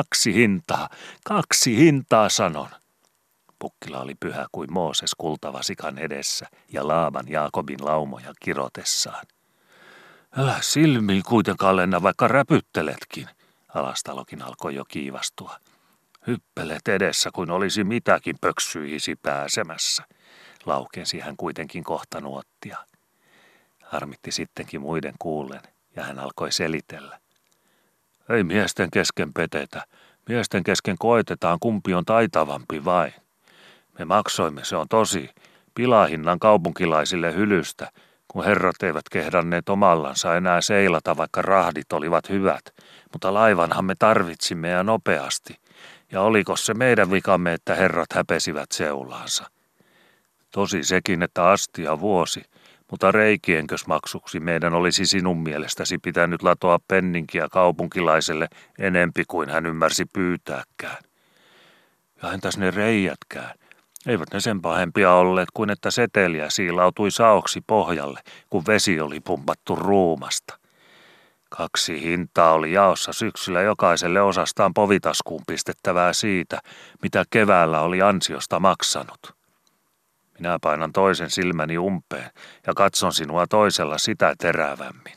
2 hintaa sanon. Pukkila oli pyhä kuin Mooses kultavasikan edessä ja Laaban Jaakobin laumoja kirotessaan. Älä silmiin kuitenkaan lennä, vaikka räpytteletkin. Alastalokin alkoi jo kiivastua. Hyppelet edessä, kuin olisi mitäkin pöksyihisi pääsemässä. Laukensi hän kuitenkin kohta nuottia. Harmitti sittenkin muiden kuullen, ja hän alkoi selitellä. Ei miesten kesken petetä. Miesten kesken koetetaan, kumpi on taitavampi vain. Me maksoimme, se on tosi, pilahinnan kaupunkilaisille hylystä, kun herrat eivät kehdanneet omallansa enää seilata, vaikka rahdit olivat hyvät, mutta laivanhan me tarvitsimme ja nopeasti. Ja oliko se meidän vikamme, että herrat häpesivät seulaansa? Tosi sekin, että astia vuosi, mutta reikienkös maksuksi meidän olisi sinun mielestäsi pitänyt latoa penninkiä kaupunkilaiselle enempi kuin hän ymmärsi pyytääkään. Ja entäs ne reijätkään? Eivät ne sen pahempia olleet kuin että seteliä siilautui saoksi pohjalle, kun vesi oli pumpattu ruumasta. 2 hintaa oli jaossa syksyllä jokaiselle osastaan povitaskuun pistettävää siitä, mitä keväällä oli ansiosta maksanut. Minä painan toisen silmäni umpeen ja katson sinua toisella sitä terävämmin.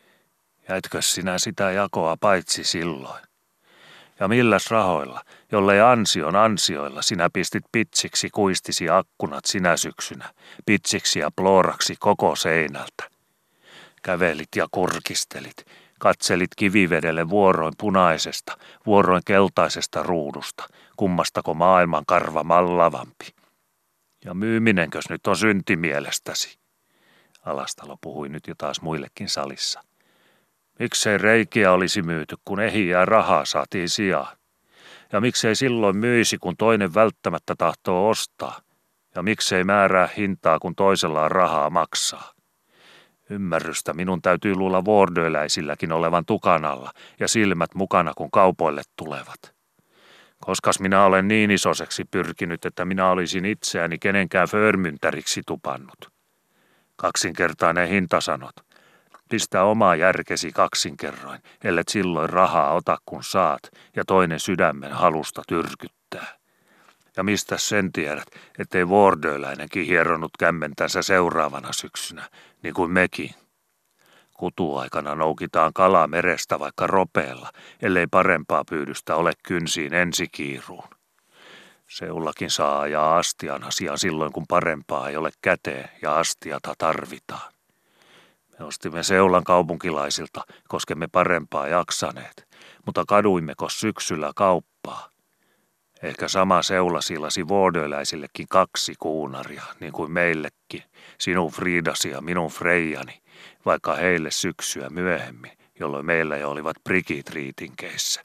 Jäitkö sinä sitä jakoa paitsi silloin? Ja milläs rahoilla, jollei ansioilla sinä pistit pitsiksi kuistisi akkunat sinä syksynä, pitsiksi ja plooraksi koko seinältä. Kävelit ja kurkistelit, katselit kivivedelle vuoroin punaisesta, vuoroin keltaisesta ruudusta, kummastako maailman karva mallavampi. Ja myyminenkös nyt on synti mielestäsi? Alastalo puhui nyt jo taas muillekin salissa. Miksei reikiä olisi myyty, kun ehiä ja rahaa saatiin sijaan? Ja miksei silloin myisi, kun toinen välttämättä tahtoo ostaa? Ja miksei määrää hintaa, kun toisella on rahaa maksaa? Ymmärrystä minun täytyy luulla vuordöläisilläkin olevan tukan alla ja silmät mukana, kun kaupoille tulevat. Koskas minä olen niin isoseksi pyrkinyt, että minä olisin itseäni kenenkään förmyntäriksi tupannut. 2-kertainen hinta sanot. Pistä omaa järkesi 2 kerroin, ellet silloin rahaa ota kun saat ja toinen sydämen halusta tyrkyttää. Ja mistä sen tiedät, ettei vuordöläinenkin hieronut kämmentänsä seuraavana syksynä, niin kuin mekin. Kutuaikana noukitaan kalaa merestä vaikka ropeella, ellei parempaa pyydystä ole kynsiin ensikiiruun. Seullakin saa ajaa astian asiaan silloin, kun parempaa ei ole käteen ja astiata tarvitaan. Me ostimme seulan kaupunkilaisilta, koska me parempaa jaksaneet, mutta kaduimmeko syksyllä kauppaa? Ehkä sama seula silasi vuordöläisillekin 2 kuunaria, niin kuin meillekin, sinun Friidasi ja minun Freijani, vaikka heille syksyä myöhemmin, jolloin meillä jo olivat prikit riitinkeissä.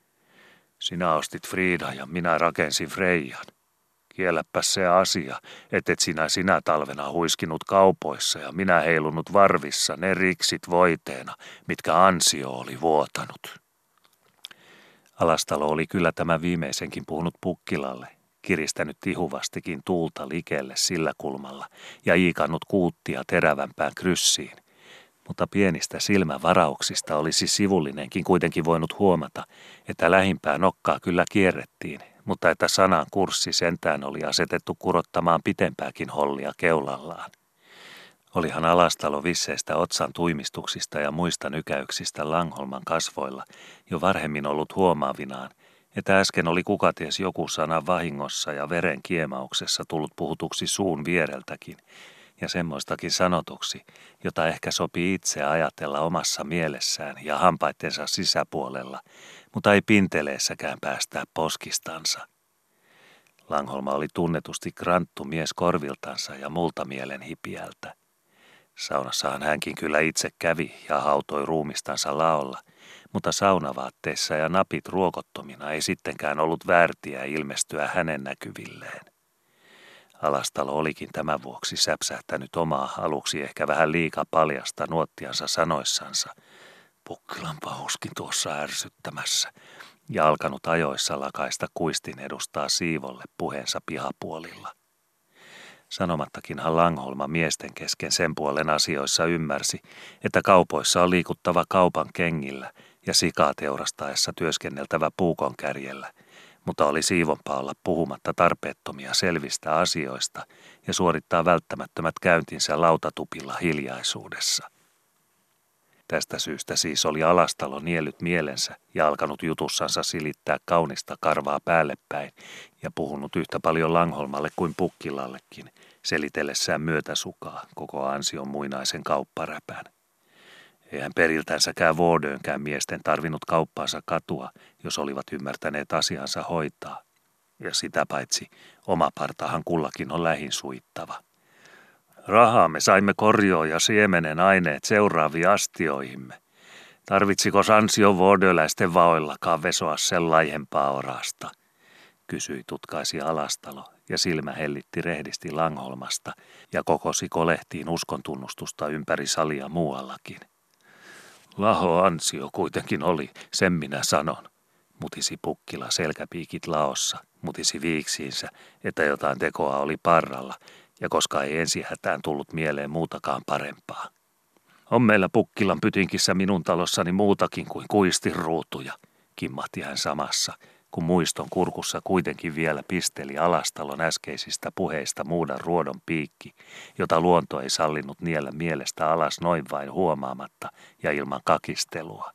Sinä ostit Friida ja minä rakensin Freijan. Kielläpä se asia, ettet sinä talvena huiskinut kaupoissa ja minä heilunut varvissa ne riksit voiteena, mitkä ansio oli vuotanut. Alastalo oli kyllä tämä viimeisenkin puhunut Pukkilalle, kiristänyt tihuvastikin tuulta likelle sillä kulmalla ja iikannut kuuttia terävämpään kryssiin. Mutta pienistä silmävarauksista olisi sivullinenkin kuitenkin voinut huomata, että lähimpää nokkaa kyllä kierrettiin, mutta että sanan kurssi sentään oli asetettu kurottamaan pitempääkin hollia keulallaan. Olihan Alastalo visseistä otsan tuimistuksista ja muista nykäyksistä Langholman kasvoilla jo varhemmin ollut huomaavinaan, että äsken oli kukaties joku sana vahingossa ja veren kiemauksessa tullut puhutuksi suun viereltäkin, ja semmoistakin sanotuksi, jota ehkä sopii itse ajatella omassa mielessään ja hampaittensa sisäpuolella, mutta ei pinteleessäkään päästää poskistansa. Langholma oli tunnetusti kranttu mies korviltansa ja multa mielen hipiältä. Saunassahan hänkin kyllä itse kävi ja hautoi ruumistansa laolla, mutta saunavaatteissa ja napit ruokottomina ei sittenkään ollut väärtiä ilmestyä hänen näkyvilleen. Alastalo olikin tämän vuoksi säpsähtänyt omaa aluksi ehkä vähän liika paljasta nuottiansa sanoissansa, Pukkilan pahuskin tuossa ärsyttämässä, ja alkanut ajoissa lakaista kuistin edustaa siivolle puheensa pihapuolilla. Sanomattakinhan Langholma miesten kesken sen puolen asioissa ymmärsi, että kaupoissa on liikuttava kaupan kengillä ja sikaa teurastaessa työskenneltävä puukon kärjellä, mutta oli siivompaa olla puhumatta tarpeettomia selvistä asioista ja suorittaa välttämättömät käyntinsä lautatupilla hiljaisuudessa. Tästä syystä siis oli Alastalo niellyt mielensä ja alkanut jutussansa silittää kaunista karvaa päälle päin ja puhunut yhtä paljon Langholmalle kuin Pukkilallekin, selitellessään myötäsukaa koko ansion muinaisen kaupparäpän. Eihän periltänsäkään Vuodönkään miesten tarvinnut kauppaansa katua, jos olivat ymmärtäneet asiansa hoitaa. Ja sitä paitsi oma partahan kullakin on lähin suittava. Rahaa me saimme korjoon ja siemenen aineet seuraaviin astioihimme. Tarvitsiko Sansion vuodöläisten vaoillakaan vesoa sen laihempaa orasta? Kysyi tutkaisi Alastalo ja silmä hellitti rehdisti Langholmasta ja kokosi kolehtiin uskontunnustusta ympäri salia muuallakin. Laho ansio kuitenkin oli, sen minä sanon, mutisi Pukkila selkäpiikit laossa, mutisi viiksiinsä, että jotain tekoa oli parralla, ja koska ei ensihätään tullut mieleen muutakaan parempaa. On meillä Pukkilan pytinkissä minun talossani muutakin kuin kuistinruutuja, kimmahti hän samassa, kun muiston kurkussa kuitenkin vielä pisteli Alastalon äskeisistä puheista muudan ruodon piikki, jota luonto ei sallinut niellä mielestä alas noin vain huomaamatta ja ilman kakistelua.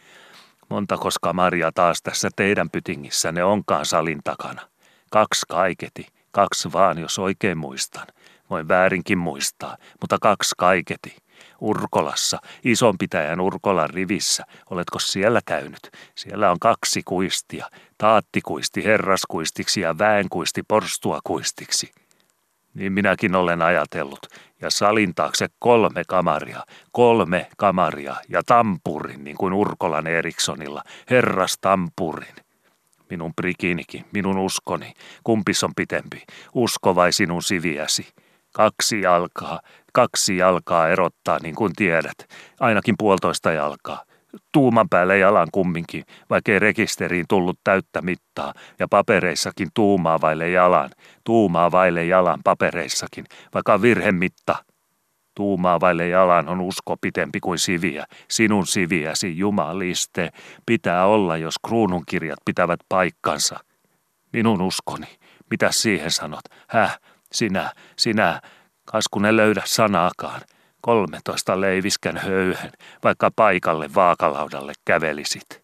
Montako kamaria taas tässä teidän pytingissänne onkaan salin takana? 2 kaiketi, 2 vaan jos oikein muistan. Voin väärinkin muistaa, mutta 2 kaiketi. Urkolassa, Isonpitäjän Urkolan rivissä, oletko siellä käynyt? Siellä on 2 kuistia, taattikuisti herraskuistiksi ja väenkuisti porstuakuistiksi. Niin minäkin olen ajatellut, ja salin taakse 3 kamaria, 3 kamaria ja tampurin, niin kuin Urkolan Erikssonilla, herrastampurin. Minun prikinikin, minun uskoni, kumpis on pitempi, usko vai sinun siviäsi? 2 jalkaa erottaa niin kuin tiedät, ainakin 1,5 jalkaa. Tuuman päälle jalan kumminkin, vaikkei rekisteriin tullut täyttä mittaa, ja papereissakin tuumaa vaille jalan papereissakin, vaikka virhemitta. Tuumaa vaille jalan on usko pitempi kuin siviä, sinun siviäsi, jumaliste, pitää olla, jos kruununkirjat pitävät paikkansa. Minun uskoni, mitä siihen sanot? Sinä, kas kun en löydä sanaakaan. 13 leiviskän höyhen, vaikka paikalle vaakalaudalle kävelisit.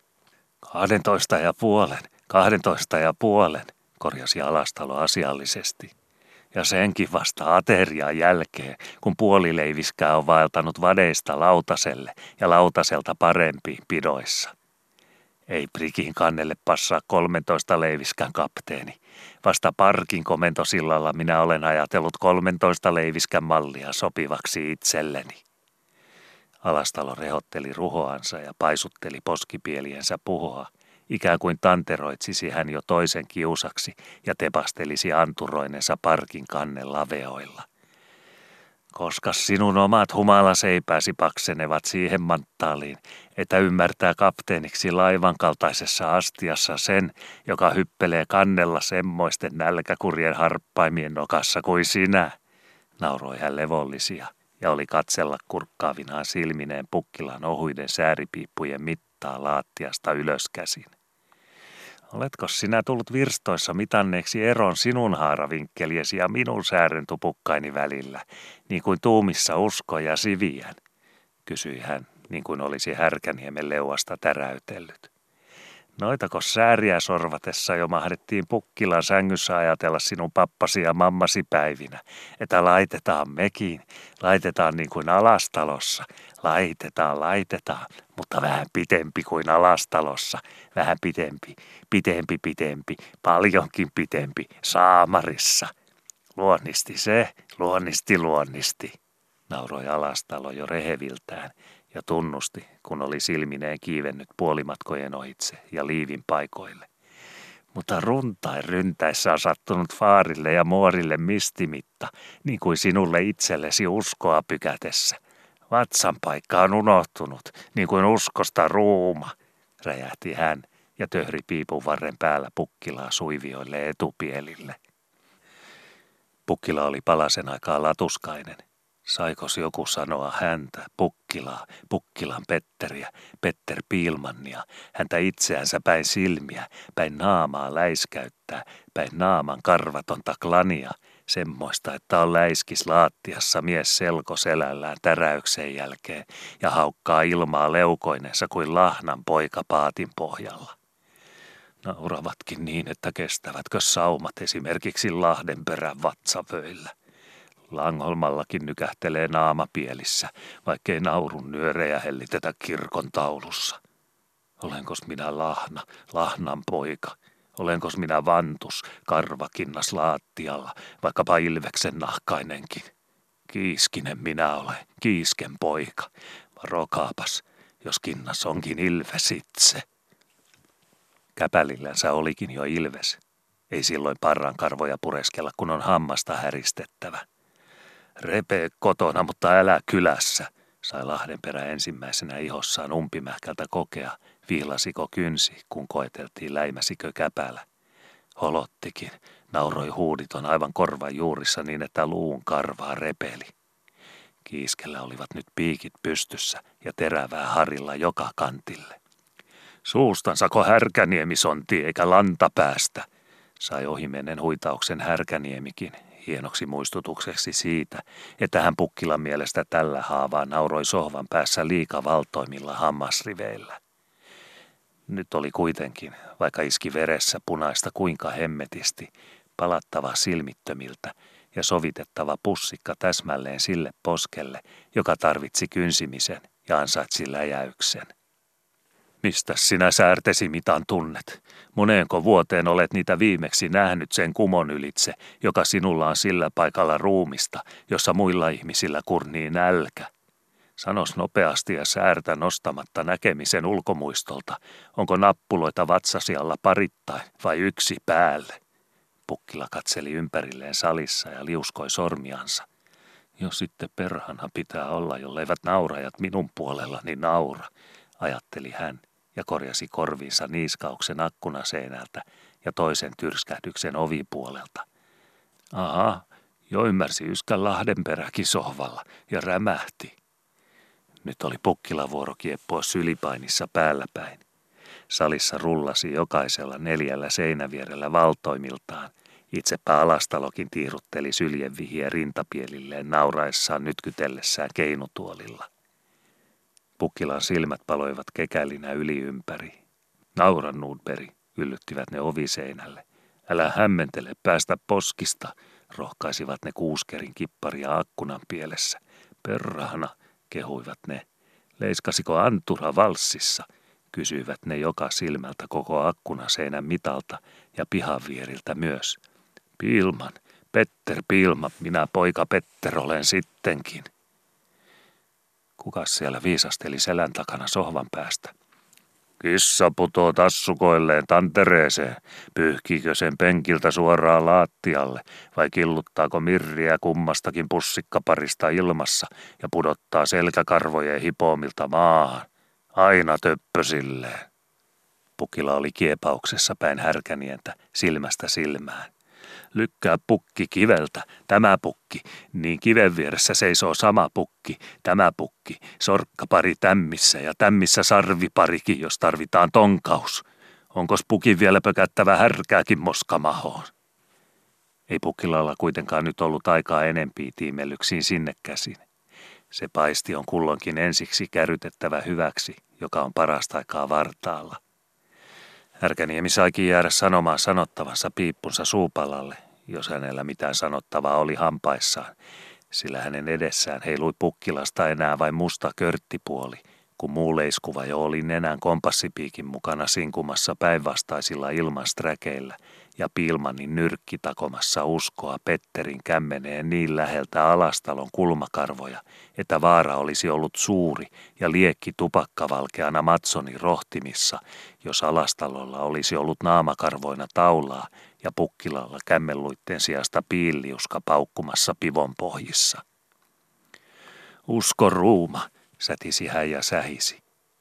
12,5, korjasi Alastalo asiallisesti. Ja senkin vasta aterian jälkeen, kun puolileiviskää on vaeltanut vadeista lautaselle ja lautaselta parempiin pidoissa. Ei prikin kannelle passaa 13 leiviskän kapteeni. Vasta parkin komentosillalla minä olen ajatellut 13 leiviskän mallia sopivaksi itselleni. Alastalo rehotteli ruhoansa ja paisutteli poskipieliensä puhoa, ikään kuin tanteroitsisi hän jo toisen kiusaksi ja tepastelisi anturoinensa parkin kannen laveoilla. Koska sinun omat humalaseipäsi paksenevat siihen manttaaliin, että ymmärtää kapteeniksi laivan kaltaisessa astiassa sen, joka hyppelee kannella semmoisten nälkäkurjen harppaimien nokassa kuin sinä, nauroi hän levollisia ja oli katsella kurkkaavinaan silmineen Pukkilan ohuiden sääripiippujen mittaa laattiasta ylöskäsin. Oletko sinä tullut virstoissa mitanneeksi eron sinun haaravinkkeliesi ja minun säärentupukkaini välillä, niin kuin tuumissa usko ja siviän, kysyi hän, niin kuin olisi Härkäniemen leuasta täräytellyt. Noitako sääriä sorvatessa jo mahdettiin Pukkilan sängyssä ajatella sinun pappasi ja mammasi päivinä, että laitetaan mekin, laitetaan niin kuin Alastalossa, laitetaan, mutta vähän pitempi kuin Alastalossa, vähän pitempi, paljonkin pitempi, Saamarissa. Luonnisti, nauroi Alastalo jo reheviltään ja tunnusti, kun oli silmineen kiivennyt puolimatkojen ohitse ja liivin paikoille. Mutta runtain ryntäissä on sattunut faarille ja muorille mistimitta, niin kuin sinulle itsellesi uskoa pykätessä. Vatsan paikka on unohtunut, niin kuin uskosta ruuma, räjähti hän ja töhri piipun varren päällä Pukkilaa suivioille etupielille. Pukkila oli palasen aikaa latuskainen. Saikos joku sanoa häntä, Pukkilaa, Pukkilan Petteriä, Petter Piilmannia, häntä itseänsä päin silmiä, päin naamaa läiskäyttää, päin naaman karvatonta klania, semmoista, että on läiskis laattiassa mies selko selällään täräyksen jälkeen ja haukkaa ilmaa leukoinensa kuin lahnan poika paatin pohjalla. Nauravatkin niin, että kestävätkö saumat esimerkiksi Lahdenperän vatsavöillä. Langholmallakin nykähtelee naama pielissä, vaikkei naurun nyörejä hellitetä kirkon taulussa. Olenkos minä lahna, lahnan poika? Olenkos minä vantus, karvakinnas laattialla, vaikkapa ilveksen nahkainenkin? Kiiskinen minä olen, kiisken poika. Varokaapas, jos kinnas onkin ilves itse. Käpälillänsä olikin jo ilves. Ei silloin parran karvoja pureskella, kun on hammasta häristettävä. Repee kotona, mutta älä kylässä, sai Lahdenperä ensimmäisenä ihossaan umpimähkältä kokea, viilasiko kynsi, kun koeteltiin läimäsikö käpälä. Holottikin, nauroi huuditon aivan korvan juurissa niin, että luun karvaa repeli. Kiiskellä olivat nyt piikit pystyssä ja terävää harilla joka kantille. Suustansako härkäniemisonti eikä lanta päästä, sai ohimennen huitauksen Härkäniemikin, hienoksi muistutukseksi siitä, että hän Pukkilan mielestä tällä haavaa nauroi sohvan päässä liikavaltoimilla hammasriveillä. Nyt oli kuitenkin, vaikka iski veressä punaista kuinka hemmetisti, palattava silmittömiltä ja sovitettava pussikka täsmälleen sille poskelle, joka tarvitsi kynsimisen ja ansaitsi läjäyksen. Mistäs sinä säärtesi mitan tunnet? Moneenko vuoteen olet niitä viimeksi nähnyt sen kumon ylitse, joka sinulla on sillä paikalla ruumista, jossa muilla ihmisillä kurnii nälkä? Sanos nopeasti ja säärtä nostamatta näkemisen ulkomuistolta, onko nappuloita vatsasi alla parittain vai yksi päälle? Pukkila katseli ympärilleen salissa ja liuskoi sormiansa. Jo sitten perhana pitää olla, jolleivät naurajat minun puolellani naura, ajatteli hän ja korjasi korviinsa niiskauksen akkunaseinältä ja toisen tyrskähdyksen ovipuolelta. Aha, jo ymmärsi Yskän Lahdenperäkin sohvalla ja rämähti. Nyt oli Pukkilavuoro kieppua sylipainissa päällä päin. Salissa rullasi jokaisella 4 seinävierellä valtoimiltaan. Itsepä Alastalokin tiirutteli syljenvihiä rintapielilleen nauraessaan nytkytellessään keinutuolilla. Pukkilan silmät paloivat kekälinä yli ympäri. Naura Nordberg, yllyttivät ne oviseinälle. Älä hämmentele, päästä poskista, rohkaisivat ne kuuskerin kipparia akkunan pielessä. Perhana, kehuivat ne. Leiskasiko antura valssissa, kysyivät ne joka silmältä koko akkunaseinän mitalta ja pihavieriltä myös. Piilman, Petter Piilman, minä poika Petter olen sittenkin. Kukas siellä viisasteli selän takana sohvan päästä? Kissa putoo tassukoilleen tantereeseen. Pyyhkiikö sen penkiltä suoraan laattialle vai killuttaako mirriä kummastakin pussikkaparista ilmassa ja pudottaa selkäkarvojen hipoomilta maahan? Aina töppösilleen. Pukila oli kiepauksessa päin Härkänientä silmästä silmään. Lykkää pukki kiveltä, tämä pukki, niin kiven vieressä seisoo sama pukki, tämä pukki, sorkkapari tämmissä ja tämmissä sarviparikin, jos tarvitaan tonkaus. Onkos pukin vielä pökättävä härkääkin moskamahoon? Ei Pukkilalla kuitenkaan nyt ollut aikaa enempiä tiimellyksiin sinne käsin. Se paisti on kulloinkin ensiksi kärytettävä hyväksi, joka on parasta aikaa vartaalla. Härkäniemi saikin jäädä sanomaan sanottavansa piippunsa suupalalle, jos hänellä mitään sanottavaa oli hampaissaan, sillä hänen edessään heilui Pukkilasta enää vain musta körttipuoli, kun muu leiskuva jo oli nenän kompassipiikin mukana sinkumassa päinvastaisilla ilmansträkeillä ja Piilmanin nyrkki takomassa uskoa Petterin kämmeneen niin läheltä Alastalon kulmakarvoja, että vaara olisi ollut suuri ja liekki tupakkavalkeana Matsonin rohtimissa, jos Alastalolla olisi ollut naamakarvoina taulaa ja Pukkilalla kämmenluitten sijasta piilliuska paukkumassa pivon pohjissa. Usko ruuma, sätisi hän ja sähisi.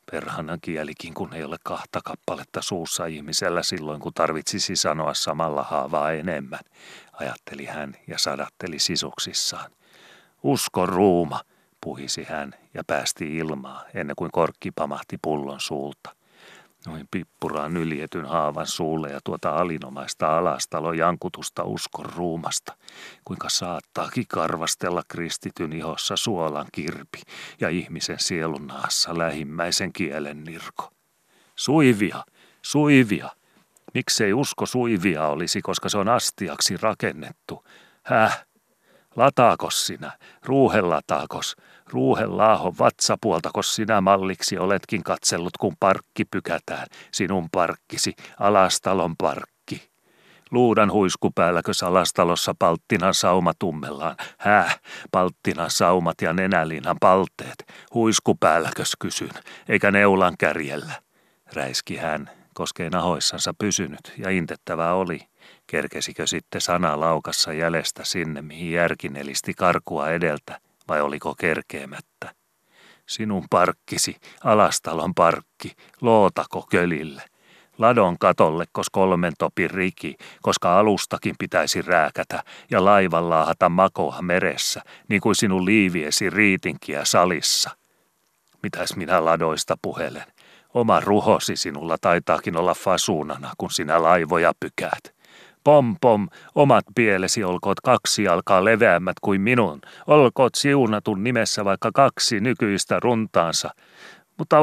Perhana kielikin, kun ei ole 2 kappaletta suussa ihmisellä silloin, kun tarvitsisi sanoa samalla haavaa enemmän, ajatteli hän ja sadatteli sisuksissaan. Usko ruuma, puhisi hän ja päästi ilmaa, ennen kuin korkki pamahti pullon suulta. Noin pippuraan yljetyn haavan suulle ja tuota alinomaista alastalon jankutusta uskon ruumasta, kuinka saattaakin karvastella kristityn ihossa suolan kirpi ja ihmisen sielun naassa lähimmäisen kielen nirko. Suivia, suivia. Miksei usko suivia olisi, koska se on astiaksi rakennettu? Häh? Lataakos sinä, ruuhelataakos, ruuhelaahon vatsapuoltakos sinä malliksi oletkin katsellut, kun parkki pykätään, sinun parkkisi, alastalon parkki. Luudan huiskupäälläkös alastalossa palttinan sauma tummellaan, palttinan saumat ja nenäliinan palteet, huiskupäälläkös kysyn, eikä neulan kärjellä, räiski hän, koskee nahoissansa pysynyt ja intettävää oli. Kerkesikö sitten sana laukassa jäljestä sinne, mihin järkinelisti karkua edeltä, vai oliko kerkeämättä? Sinun parkkisi, alastalon parkki, lootako kölille. Ladon katolle, kos 3 topin riki, koska alustakin pitäisi rääkätä ja laivan laahata makoa meressä, niin kuin sinun liiviesi riitinkiä salissa. Mitäs minä ladoista puhelen? Oma ruhosi sinulla taitaakin olla fasuunana, kun sinä laivoja pykäät. Pom, omat pielesi olkoot 2 jalkaa leveämmät kuin minun, olkoot siunatun nimessä vaikka 2 nykyistä runtaansa. Mutta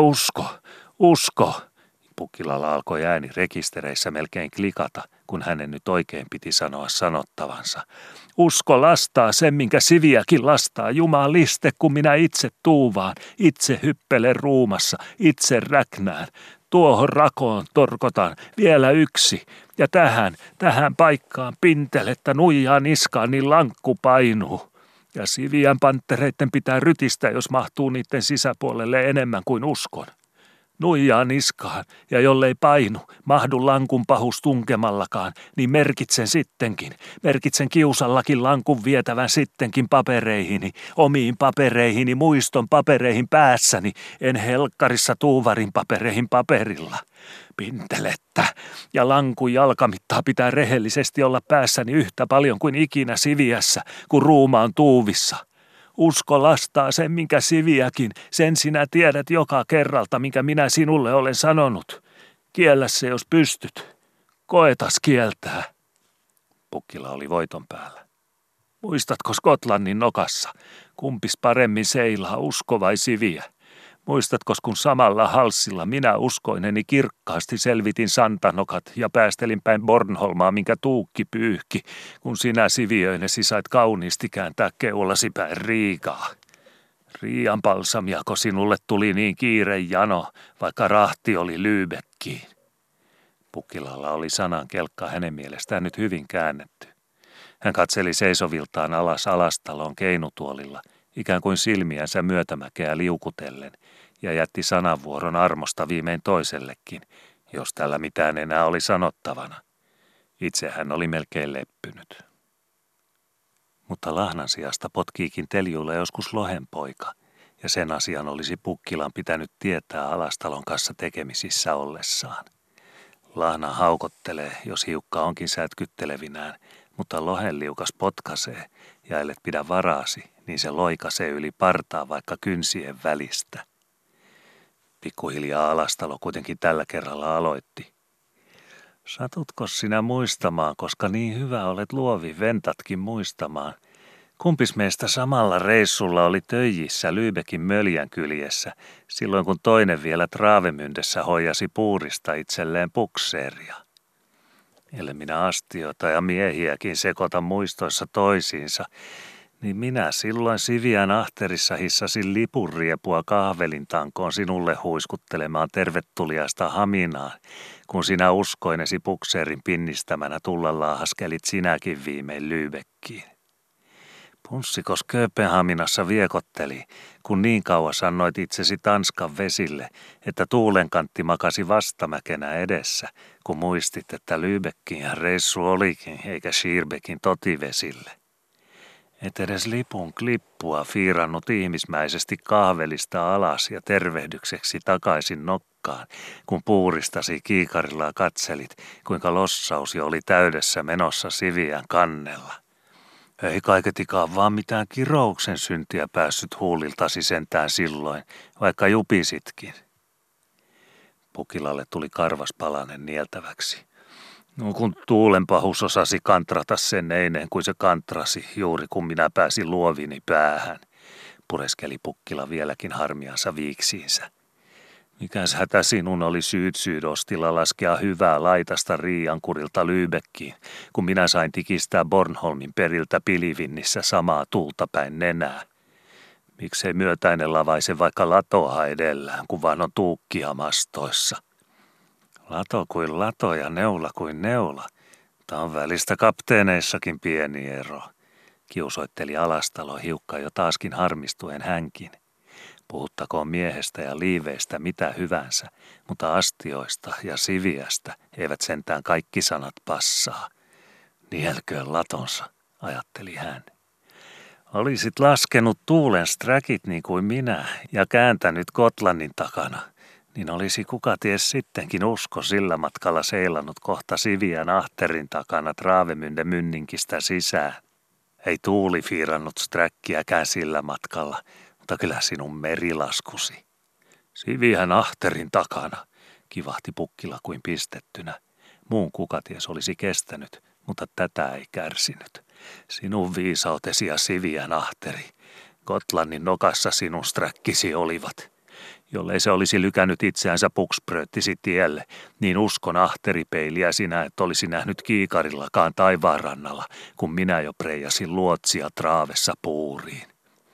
usko. Pukkilalla alkoi ääni rekistereissä melkein klikata, kun hänen nyt oikein piti sanoa sanottavansa. Usko lastaa sen, minkä siviäkin lastaa, jumaliste, kun minä itse tuuvaan, itse hyppelen ruumassa, itse räknään. Tuohon rakoon torkotan vielä 1, ja tähän paikkaan pintelettä nuijaa niskaan, niin lankku painuu. Ja siviän panttereitten pitää rytistä, jos mahtuu niiden sisäpuolelle enemmän kuin uskon. Nuijaa niskaan, ja jollei painu, mahdu lankun pahus tunkemallakaan, niin merkitsen sittenkin. Merkitsen kiusallakin lankun vietävän sittenkin papereihini, omiin papereihini, muiston papereihin päässäni, en helkkarissa tuuvarin papereihin paperilla. Pintelettä, ja lankun jalkamittaa pitää rehellisesti olla päässäni yhtä paljon kuin ikinä siviässä, kun ruuma on tuuvissa. Usko lastaa sen, minkä siviäkin, sen sinä tiedät joka kerralta, minkä minä sinulle olen sanonut. Kiellä se, jos pystyt. Koetas kieltää. Pukkila oli voiton päällä. Muistatko Skotlannin nokassa? Kumpis paremmin seilaa, usko vai siviä? Muistatko, kun samalla halssilla minä uskoineni kirkkaasti selvitin santanokat ja päästelin päin Bornholmaa, minkä tuukki pyyhki, kun sinä siviöinesi sait kauniisti kääntää keulasi päin Riigaa. Riian palsamiako sinulle tuli niin kiire jano, vaikka rahti oli Lübeckiin? Pukkilalla oli sanan kelkka hänen mielestään nyt hyvin käännetty. Hän katseli seisoviltaan alas alastalon keinutuolilla, ikään kuin silmiänsä myötämäkeä liukutellen, ja jätti sanavuoron armosta viimein toisellekin, jos tällä mitään enää oli sanottavana. Itse hän oli melkein leppynyt. Mutta lahnan sijasta potkiikin teljuilla joskus lohenpoika, ja sen asian olisi Pukkilan pitänyt tietää alastalon kanssa tekemisissä ollessaan. Lahna haukottelee, jos hiukka onkin sätkyttelevinään, mutta lohenliukas potkaisee, ja ellet pidä varaasi, niin se loikasee yli partaa vaikka kynsien välistä. Pikkuhiljaa alastalo kuitenkin tällä kerralla aloitti. Satutko sinä muistamaan, koska niin hyvä olet luovi ventatkin muistamaan? Kumpis meistä samalla reissulla oli töijissä Lübeckin Möljän kyljessä, silloin kun toinen vielä Travemündessä hoijasi puurista itselleen pukseeria? Ellen minä astioita ja miehiäkin sekoita muistoissa toisiinsa, niin minä silloin Siviän ahterissa hissasin lipunriepua kahvelintankoon sinulle huiskuttelemaan tervetuliaista haminaan, kun sinä uskoinesi pukseerin pinnistämänä tulla laahaskelit sinäkin viimein Lübeckiin. Punssikos Kööpenhaminassa viekotteli, kun niin kauas annoit itsesi Tanskan vesille, että tuulenkantti makasi vastamäkenä edessä, kun muistit, että Lübeckin reissu olikin, eikä Schierbeckin totivesille. Et edes lipun klippua fiirannut ihmismäisesti kahvelista alas ja tervehdykseksi takaisin nokkaan, kun puuristasi kiikarilla katselit, kuinka lossaus jo oli täydessä menossa Siviän kannella. Ei kaiketikaan vaan mitään kirouksen syntiä päässyt huuliltasi sentään silloin, vaikka jupisitkin. Pukilalle tuli karvas palanen nieltäväksi. No, kun tuulenpahus osasi kantrata sen eineen kuin se kantrasi, juuri kun minä pääsin luovini päähän, pureskeli Pukkila vieläkin harmiansa viiksiinsä. Mikäs hätä sinun oli Syydostilla laskea hyvää laitasta Riiankurilta Lübeckiin, kun minä sain tikistää Bornholmin periltä Pilivinnissä samaa tuulta päin nenää. Miksei myötäinen lavaise vaikka latoa edellään, kun vaan on tuukkia mastoissa. Lato kuin lato ja neula kuin neula. Tämä on välistä kapteeneissakin pieni ero, kiusoitteli Alastalo hiukka jo taaskin harmistuen hänkin. Puhuttakoon miehestä ja liiveistä mitä hyvänsä, mutta astioista ja Siviästä eivät sentään kaikki sanat passaa. Nielköön latonsa, ajatteli hän. Olisit laskenut tuulen sträkit niin kuin minä ja kääntänyt Gotlannin takana, niin olisi kuka ties sittenkin usko sillä matkalla seilannut kohta Siviän ahterin takana Travemünde mynninkistä sisään. Ei tuuli fiirannut sträkkiäkään sillä matkalla, mutta kyllä sinun merilaskusi. Siviän ahterin takana, kivahti Pukkila kuin pistettynä. Muun kukaties olisi kestänyt, mutta tätä ei kärsinyt. Sinun viisautesi ja Siviän ahteri. Gotlannin nokassa sinun sträkkisi olivat. Jollei se olisi lykännyt itseänsä puksprööttisi tielle, niin uskon ahteripeiliä sinä et olisi nähnyt kiikarillakaan taivaanrannalla, kun minä jo preijasin luotsia traavessa puuriin.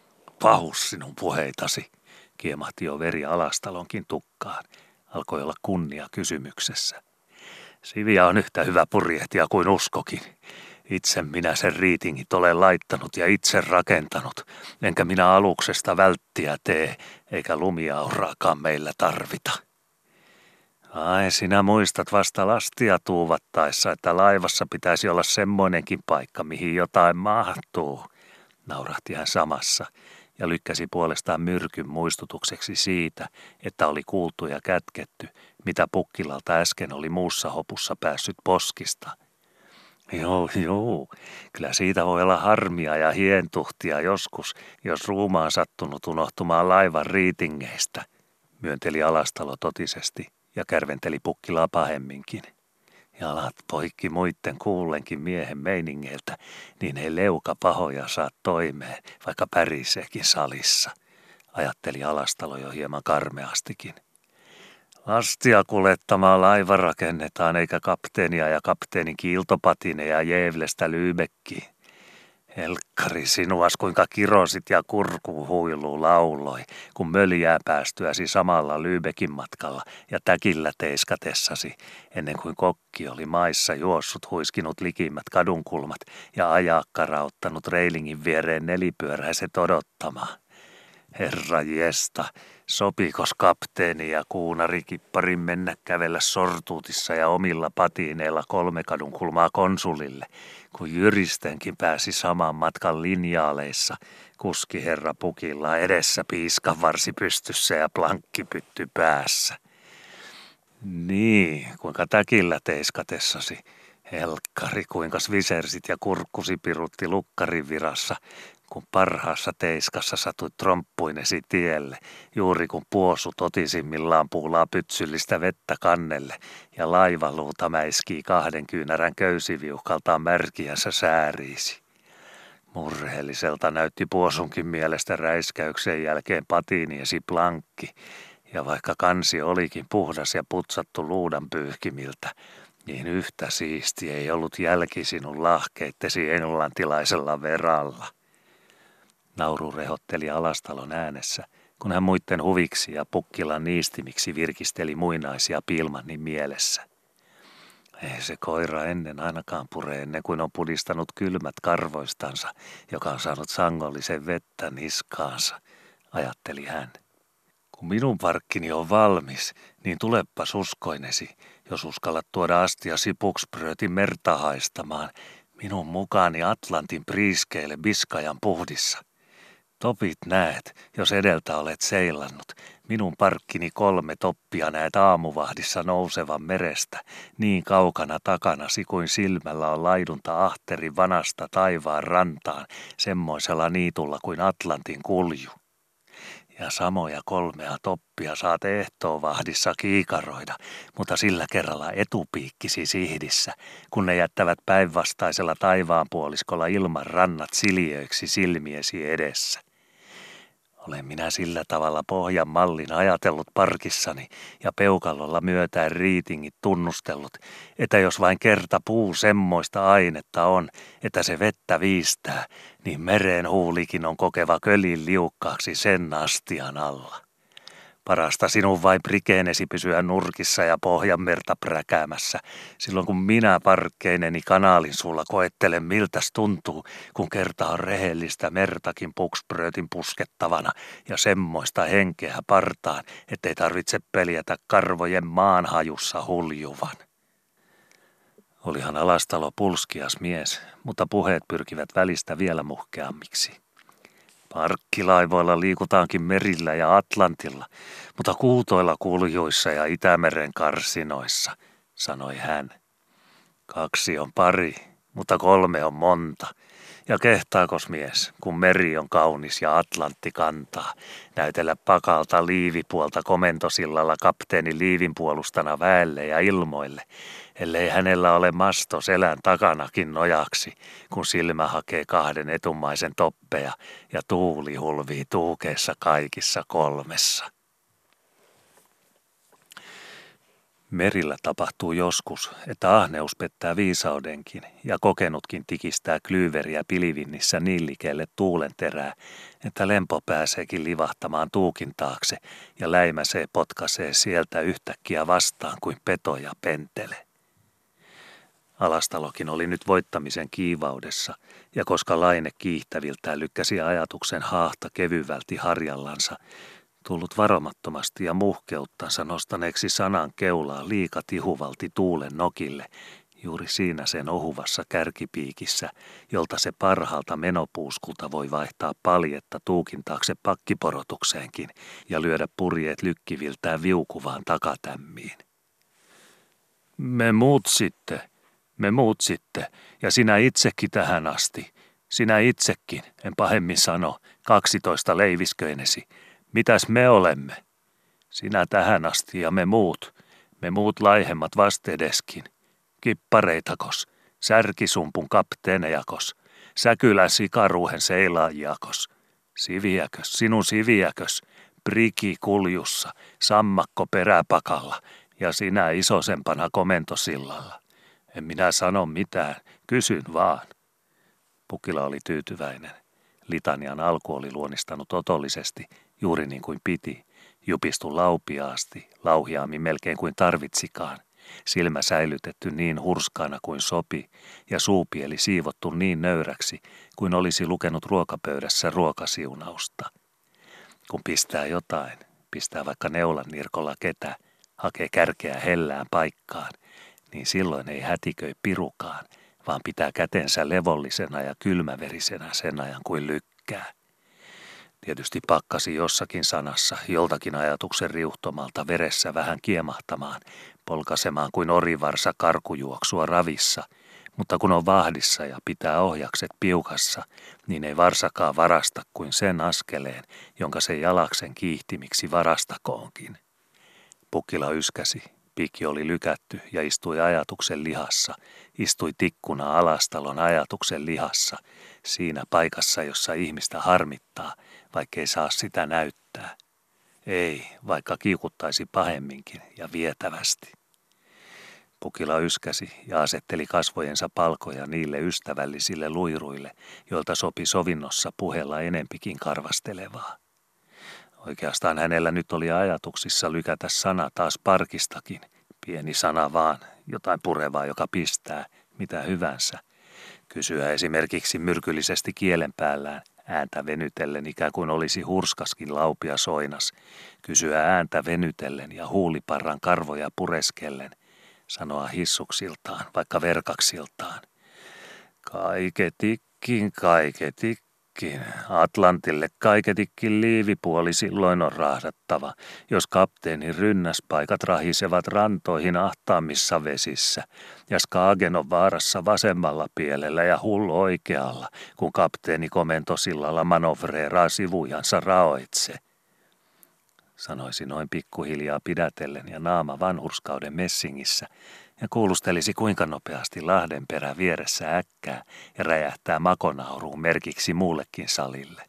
Pahus sinun puheitasi, kiemahti jo veri Alastalonkin tukkaan. Alkoi olla kunnia kysymyksessä. Siviä on yhtä hyvä purjehtija kuin uskokin. Itse minä sen riitingit olen laittanut ja itse rakentanut, enkä minä aluksesta välttiä tee, eikä lumiauraakaan meillä tarvita. Ai, sinä muistat vasta lastia tuuvattaessa, että laivassa pitäisi olla semmoinenkin paikka, mihin jotain mahtuu, naurahti hän samassa ja lykkäsi puolestaan myrkyn muistutukseksi siitä, että oli kuultu ja kätketty, mitä Pukkilalta äsken oli muussa hopussa päässyt poskista. Joo, kyllä siitä voi olla harmia ja hientuhtia joskus, jos ruuma on sattunut unohtumaan laivan riitingeistä, myönteli Alastalo totisesti ja kärventeli Pukkilaa pahemminkin. Jalat poikki muitten kuullenkin miehen meiningeiltä, niin ei leuka pahoja saa toimeen, vaikka päriseekin salissa, ajatteli Alastalo jo hieman karmeastikin. Lastia kuljettamaan laiva rakennetaan, eikä kapteenia ja kapteenin kiiltopatineja Gävlestä Lübeckiin. Helkkari sinuas, kuinka kirosit ja kurku huiluu lauloi, kun möljää päästyäsi samalla Lübeckin matkalla ja täkillä teiskatessasi, ennen kuin kokki oli maissa juossut huiskinut likimmät kadunkulmat ja ajakka rauttanut reilingin viereen nelipyöräiset odottamaan. Herra jesta, sopikos kapteeni ja kuunarikipparin mennä kävellä sortuutissa ja omilla patiineilla 3 kadunkulmaa konsulille, kun Jyristenkin pääsi saman matkan linjaaleissa, kuski herra Pukilla edessä piiskan varsi pystyssä ja plankkipytty päässä. Niin, kuinka täkillä teiskatessasi. Helkkari, kuinkas visersit ja kurkkusi pirutti lukkarin virassa, kun parhaassa teiskassa satuit tromppuinesi tielle, juuri kun puosu totisimmillaan puulaa pytsyllistä vettä kannelle ja laivaluuta mäiskii 2 kyynärän köysiviuhkaltaan märkiänsä sääriisi. Murheelliselta näytti puosunkin mielestä räiskäyksen jälkeen patiiniesi plankki, ja vaikka kansi olikin puhdas ja putsattu luudan pyyhkimiltä, niin yhtä siisti ei ollut jälki sinun lahkeittesi englantilaisella veralla. Nauru rehotteli Alastalon äänessä, kun hän muitten huviksi ja Pukkilan niistimiksi virkisteli muinaisia Pilmannin mielessä. Ei se koira ennen ainakaan pure ennen kuin on pudistanut kylmät karvoistansa, joka on saanut sangollisen vettä niskaansa, ajatteli hän. Kun minun parkkini on valmis, niin tulepas uskoinesi, jos uskallat tuoda astiasi pukspröötin merta haistamaan, Minun mukaani Atlantin priiskeille Biskajan puhdissa. Topit näet, jos edeltä olet seilannut. Minun parkkini 3 toppia näet aamuvahdissa nousevan merestä, niin kaukana takanasi kuin silmällä on laidunta ahteri vanasta taivaan rantaan, semmoisella niitulla kuin Atlantin kulju. Ja samoja 3 toppia saat ehtoovahdissa kiikaroida, mutta sillä kerralla etupiikkisi sihdissä, kun ne jättävät päinvastaisella taivaanpuoliskolla ilman rannat siljöiksi silmiesi edessä. Olen minä sillä tavalla pohjan mallin ajatellut parkissani ja peukallolla myötäen riitingit tunnustellut, että jos vain kerta puu semmoista ainetta on, että se vettä viistää, niin meren huulikin on kokeva kölin liukkaaksi sen astian alla. Parasta sinun vain prikeenesi pysyä nurkissa ja pohjanmerta präkäämässä, silloin kun minä parkkeineni kanaalin suulla koettelen miltäs tuntuu, kun kerta on rehellistä mertakin pukspröötin puskettavana ja semmoista henkeä partaan, ettei tarvitse peljätä karvojen maanhajussa huljuvan. Olihan Alastalo pulskias mies, mutta puheet pyrkivät välistä vielä muhkeammiksi. Parkkilaivoilla liikutaankin merillä ja Atlantilla, mutta kuutoilla kuljuissa ja Itämeren karsinoissa, sanoi hän. 2 on pari, mutta 3 on monta. Ja kehtaakos mies, kun meri on kaunis ja Atlantti kantaa, näytellä pakalta liivipuolta komentosillalla kapteeni liivinpuolustana väelle ja ilmoille, ellei hänellä ole masto selän takanakin nojaksi, kun silmä hakee 2 etumaisen toppeja ja tuuli hulvii tuukeessa kaikissa 3. Merillä tapahtuu joskus, että ahneus pettää viisaudenkin ja kokenutkin tikistää klyyveriä pilivinnissä niin likelle tuulen terää, että lempo pääseekin livahtamaan tuukin taakse ja läimäsee potkasee sieltä yhtäkkiä vastaan kuin peto ja pentele. Alastalokin oli nyt voittamisen kiivaudessa, ja koska Laine kiihtäviltään lykkäsi ajatuksen haahta kevyvälti harjallansa, tullut varomattomasti ja muhkeuttansa nostaneeksi sanan keulaa liikatihuvalti tuulen nokille, juuri siinä sen ohuvassa kärkipiikissä, jolta se parhaalta menopuuskulta voi vaihtaa paljetta tuukin taakse pakkiporotukseenkin ja lyödä purjeet lykkiviltään viukuvaan takatämmiin. Me muut sitten, ja sinä itsekin tähän asti. Sinä itsekin, en pahemmin sano, 12 leivisköinesi. Mitäs me olemme? Sinä tähän asti ja me muut laihemmat vastedeskin. Kippareitakos, särkisumpun kapteenejakos, säkylän sikaruuhen seilaajakos. Siviäkös, sinun siviäkös, priki kuljussa, sammakko peräpakalla ja sinä isosempana komentosillalla. En minä sano mitään, kysyn vaan. Pukila oli tyytyväinen. Litanian alku oli luonnistanut otollisesti, juuri niin kuin piti. Jupistu laupiaasti, lauhiaammin melkein kuin tarvitsikaan. Silmä säilytetty niin hurskaana kuin sopi ja suupieli siivottu niin nöyräksi kuin olisi lukenut ruokapöydässä ruokasiunausta. Kun pistää jotain, pistää vaikka neulan nirkolla ketä, hakee kärkeä hellään paikkaan, niin silloin ei hätiköi pirukaan, vaan pitää kätensä levollisena ja kylmäverisenä sen ajan kuin lykkää. Tietysti pakkasi jossakin sanassa, joltakin ajatuksen riuhtomalta veressä vähän kiemahtamaan, polkasemaan kuin orivarsa karkujuoksua ravissa, mutta kun on vahdissa ja pitää ohjakset piukassa, niin ei varsakaan varasta kuin sen askeleen, jonka se jalaksen kiihtimiksi varastakoonkin. Pukila yskäsi. Pikki oli lykätty ja istui ajatuksen lihassa, istui tikkuna Alastalon ajatuksen lihassa, siinä paikassa, jossa ihmistä harmittaa, vaikkei saa sitä näyttää. Ei, vaikka kiikuttaisi pahemminkin ja vietävästi. Pukila yskäsi ja asetteli kasvojensa palkoja niille ystävällisille luiruille, joilta sopi sovinnossa puhella enempikin karvastelevaa. Oikeastaan hänellä nyt oli ajatuksissa lykätä sana taas parkistakin. Pieni sana vaan, jotain purevaa, joka pistää, mitä hyvänsä. Kysyä esimerkiksi myrkyllisesti kielen päällään, ääntä venytellen ikään kuin olisi hurskaskin laupia soinas. Kysyä ääntä venytellen ja huuliparran karvoja pureskellen. Sanoa hissuksiltaan, vaikka verkaksiltaan. Kaiketikkin. Atlantille kaiketikkin liivipuoli silloin on rahdattava, jos kapteenin rynnäspaikat rahisevat rantoihin ahtaamissa vesissä, ja Skagen on vaarassa vasemmalla pielellä ja Hull oikealla, kun kapteeni komentosillalla manovreeraa sivujansa raoitse. Sanoisi noin pikkuhiljaa pidätellen ja naama vanhurskauden messingissä, ja kuulustelisi kuinka nopeasti Lahdenperä vieressä äkkää ja räjähtää makonauruun merkiksi muullekin salille.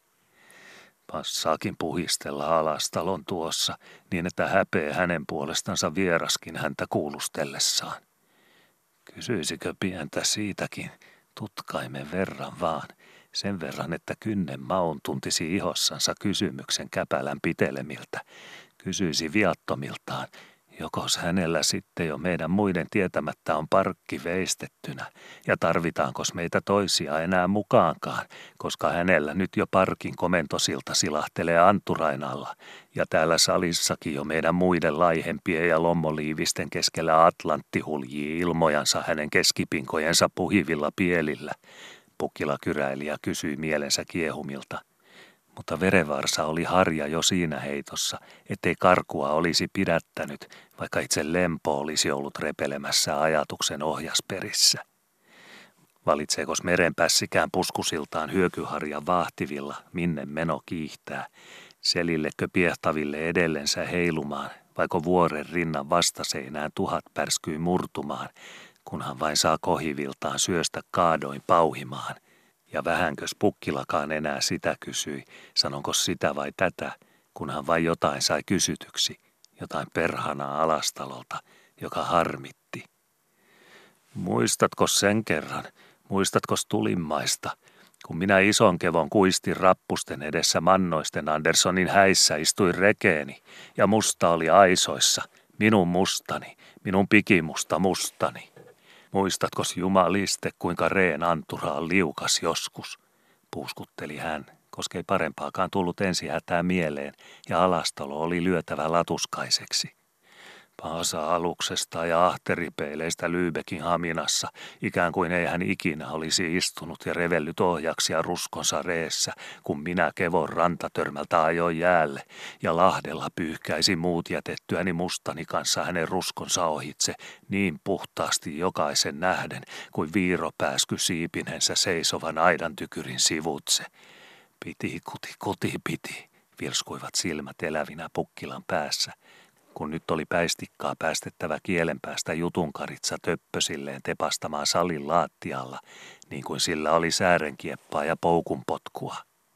Passaakin puhistella Alastalon tuossa, niin että häpeä hänen puolestansa vieraskin häntä kuulustellessaan. Kysyisikö pientä siitäkin, tutkaimen verran vaan, sen verran, että kynnen maun tuntisi ihossansa kysymyksen käpälän pitelemiltä, kysyisi viattomiltaan, jokos hänellä sitten jo meidän muiden tietämättä on parkki veistettynä, ja tarvitaankos meitä toisia enää mukaankaan, koska hänellä nyt jo parkin komentosilta silahtelee Anturain alla, ja täällä salissakin jo meidän muiden laihempien ja lommoliivisten keskellä Atlantti huljii ilmojansa hänen keskipinkojensa puhivilla pielillä. Pukkila kyräili ja kysyi mielensä kiehumilta. Mutta verenvarsa oli harja jo siinä heitossa, ettei karkua olisi pidättänyt, vaikka itse lempo olisi ollut repelemässä ajatuksen ohjasperissä. Valitseekos merenpässikään puskusiltaan hyökyharjan vahtivilla, minne meno kiihtää, selillekö piehtaville edellensä heilumaan, vaiko vuoren rinnan vastaseinään 1000 pärskyy murtumaan, kunhan vain saa kohiviltaan syöstä kaadoin pauhimaan. Ja vähänkös Pukkilakaan enää sitä kysyi, sanonko sitä vai tätä, kunhan vain jotain sai kysytyksi, jotain perhanaa Alastalolta, joka harmitti. Muistatko sen kerran, muistatkos tulimmaista, kun minä ison kevon kuistin rappusten edessä Mannoisten Anderssonin häissä istuin rekeeni, ja musta oli aisoissa, minun mustani, minun pikimusta mustani. Muistatkos jumaliste, kuinka Reen Anturaan liukas joskus, puuskutteli hän, koska ei parempaakaan tullut ensihätää mieleen, ja Alastalo oli lyötävä latuskaiseksi. Paasa-aluksesta ja ahteripeileistä Lübeckin haminassa, ikään kuin ei hän ikinä olisi istunut ja revellyt ohjaksia ruskonsa reessä, kun minä kevon rantatörmältä ajoin jäälle, ja Lahdella pyyhkäisi muut jätettyäni mustani kanssa hänen ruskonsa ohitse niin puhtaasti jokaisen nähden, kuin viiro pääsky siipinensä seisovan aidan tykyrin sivutse. Piti, virskuivat silmät elävinä Pukkilan päässä, kun nyt oli päistikkaa päästettävä kielenpäästä jutunkaritsa töppösilleen tepastamaan salin laattialla, niin kuin sillä oli säärenkieppaa ja poukunpotkua.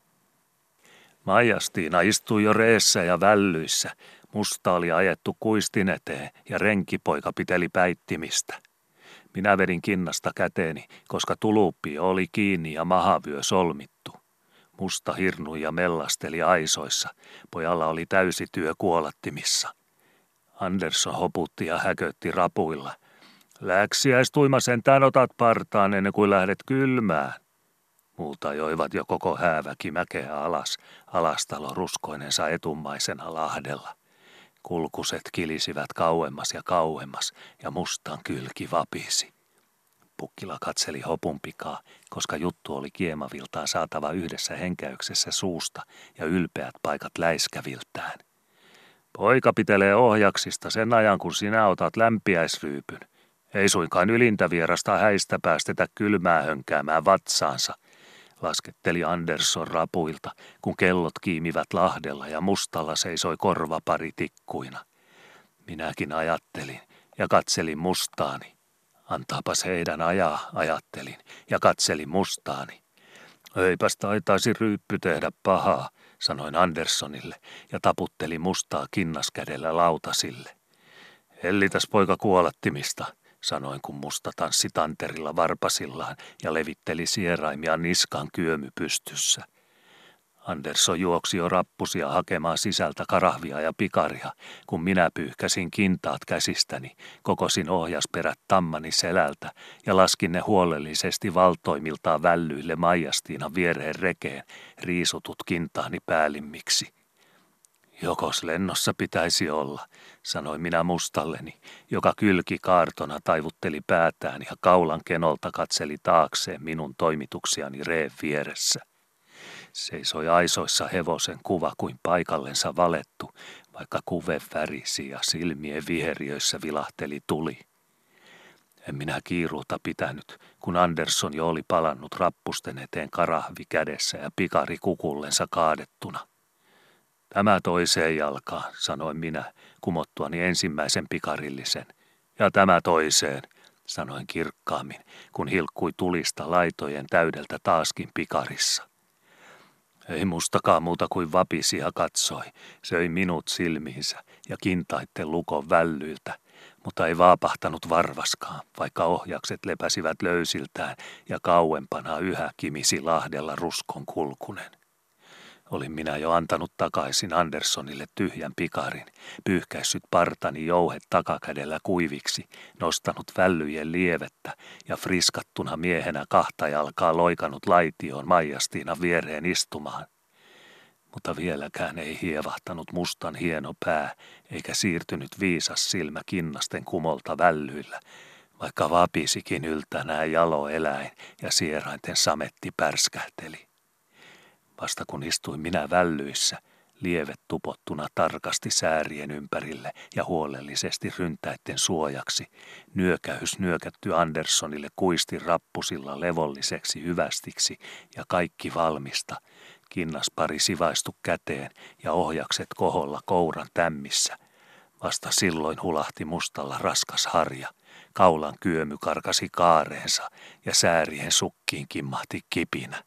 Maijastiina istui jo reessä ja vällyissä, musta oli ajettu kuistin eteen ja renkipoika piteli päittimistä. Minä vedin kinnasta käteeni, koska tuluppi oli kiinni ja mahavyö solmittu. Musta hirnui ja mellasteli aisoissa, pojalla oli täysi työ kuolattimissa. Andersson hoputti ja häkötti rapuilla. Läksiäistuima sentään otat partaan ennen kuin lähdet kylmään. Muulta joivat jo koko hääväki mäkeä alas, Alastalo ruskoinensa etummaisena Lahdella. Kulkuset kilisivät kauemmas ja mustan kylki vapisi. Pukkila katseli hopun pikaa, koska juttu oli kiemaviltaan saatava yhdessä henkäyksessä suusta ja ylpeät paikat läiskäviltään. Poika pitelee ohjaksista sen ajan, kun sinä otat lämpiäisryypyn. Ei suinkaan ylintä vierasta häistä päästetä kylmää hönkäämään vatsaansa, lasketteli Andersson rapuilta, kun kellot kiimivät Lahdella ja mustalla seisoi korvapari tikkuina. Minäkin ajattelin ja katselin mustaani. Antaapas heidän ajaa, ajattelin, ja katselin mustaani. Eipäs taitaisi ryyppy tehdä pahaa, sanoin Anderssonille ja taputteli mustaa kinnaskädellä lautasille. Hellitäs poika kuolattimista, sanoin kun musta tanssi tanterilla varpasillaan ja levitteli sieraimia niskan kyömy pystyssä. Andersson juoksi jo rappusia hakemaan sisältä karahvia ja pikaria, kun minä pyyhkäsin kintaat käsistäni, kokosin ohjasperät tammani selältä ja laskin ne huolellisesti valtoimiltaan vällyille Maijastiinan viereen rekeen, riisutut kintaani päällimmiksi. Jokos lennossa pitäisi olla, sanoin minä mustalleni, joka kylki kaartona taivutteli päätään ja kaulan kenolta katseli taakseen minun toimituksiani reen vieressä. Seisoi aisoissa hevosen kuva kuin paikallensa valettu, vaikka kuve värisi ja silmien viheriöissä vilahteli tuli. En minä kiiruuta pitänyt, kun Andersson jo oli palannut rappusten eteen karahvi kädessä ja pikari kukullensa kaadettuna. Tämä toiseen jalkaan, sanoin minä, kumottuani ensimmäisen pikarillisen. Ja tämä toiseen, sanoin kirkkaammin, kun hilkkui tulista laitojen täydeltä taaskin pikarissa. Ei mustakaan muuta kuin vapisi ja katsoi, söi minut silmiinsä ja kintaitte lukon vällyiltä, mutta ei vaapahtanut varvaskaan, vaikka ohjakset lepäsivät löysiltään ja kauempana yhä kimisi lahdella ruskon kulkunen. Olin minä jo antanut takaisin Anderssonille tyhjän pikarin, pyyhkäissyt partani jouhet takakädellä kuiviksi, nostanut vällyjen lievettä ja friskattuna miehenä kahta jalkaa loikanut laitioon Maijastiina viereen istumaan. Mutta vieläkään ei hievahtanut mustan hieno pää, eikä siirtynyt viisas silmä kinnasten kumolta vällyillä, vaikka vapisikin yltänää jalo eläin ja sierainten sametti pärskähteli. Vasta kun istuin minä vällyissä, lievet tupottuna tarkasti säärien ympärille ja huolellisesti ryntäitten suojaksi, nyökähys nyökätty Anderssonille kuisti rappusilla levolliseksi hyvästiksi ja kaikki valmista, kinnaspari sivaistu käteen ja ohjakset koholla kouran tämmissä. Vasta silloin hulahti mustalla raskas harja, kaulan kyömy karkasi kaareensa ja säärien sukkiin kimmahti kipinä.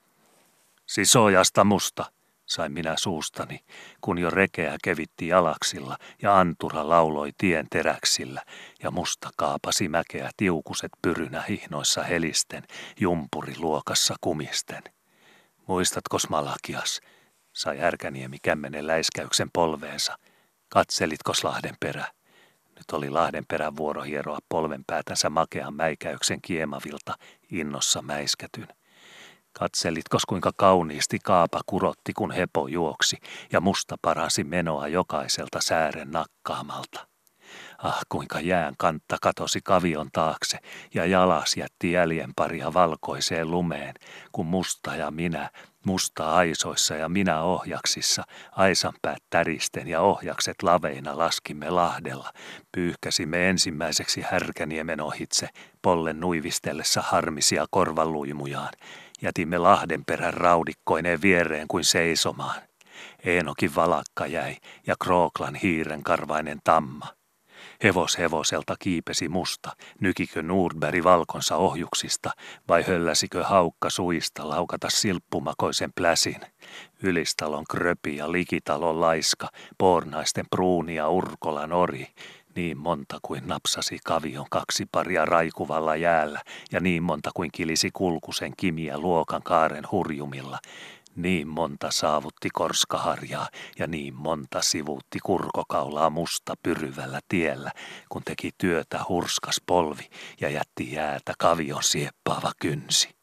Sisojasta musta, sain minä suustani, kun jo rekeä kevitti jalaksilla ja antura lauloi tien teräksillä ja musta kaapasi mäkeä tiukuset pyrynä hihnoissa helisten, jumpuri luokassa kumisten. Muistatkos Malakias, sai Härkäniemi kämmenen läiskäyksen polveensa. Katselitkos Lahdenperä? Nyt oli Lahdenperän vuoro hieroa polvenpäätänsä makean mäikäyksen kiemavilta innossa mäiskätyn. Katselitkos kuinka kauniisti kaapa kurotti kun hepo juoksi ja musta paransi menoa jokaiselta säären nakkaamalta. Ah, kuinka jään kantta katosi kavion taakse ja jalas jätti jäljen paria valkoiseen lumeen, kun musta ja minä, musta aisoissa ja minä ohjaksissa, aisanpäät täristen ja ohjakset laveina laskimme lahdella, pyyhkäsimme ensimmäiseksi Härkäniemen ohitse, pollen nuivistellessa harmisia korvanluimujaan, jätimme Lahdenperän raudikkoineen viereen kuin seisomaan. Eenokin valakka jäi ja Krooklan hiiren karvainen tamma. Hevos hevoselta kiipesi musta, nykikö Nordberg valkonsa ohjuksista vai hölläsikö haukka suista laukata silppumakoisen pläsin. Ylistalon kröpi ja likitalon laiska, poornaisten pruuni ja Urkolan ori, niin monta kuin napsasi kavion kaksi paria raikuvalla jäällä ja niin monta kuin kilisi kulkusen kimiä luokan kaaren hurjumilla. Niin monta saavutti korskaharjaa ja niin monta sivuutti kurkokaulaa musta pyryvällä tiellä, kun teki työtä hurskas polvi ja jätti jäätä kavion sieppaava kynsi.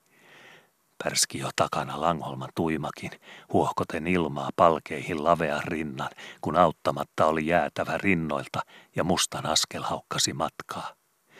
Pärski jo takana Langholman tuimakin, huohkoten ilmaa palkeihin lavean rinnan, kun auttamatta oli jäätävä rinnoilta ja mustan askel haukkasi matkaa.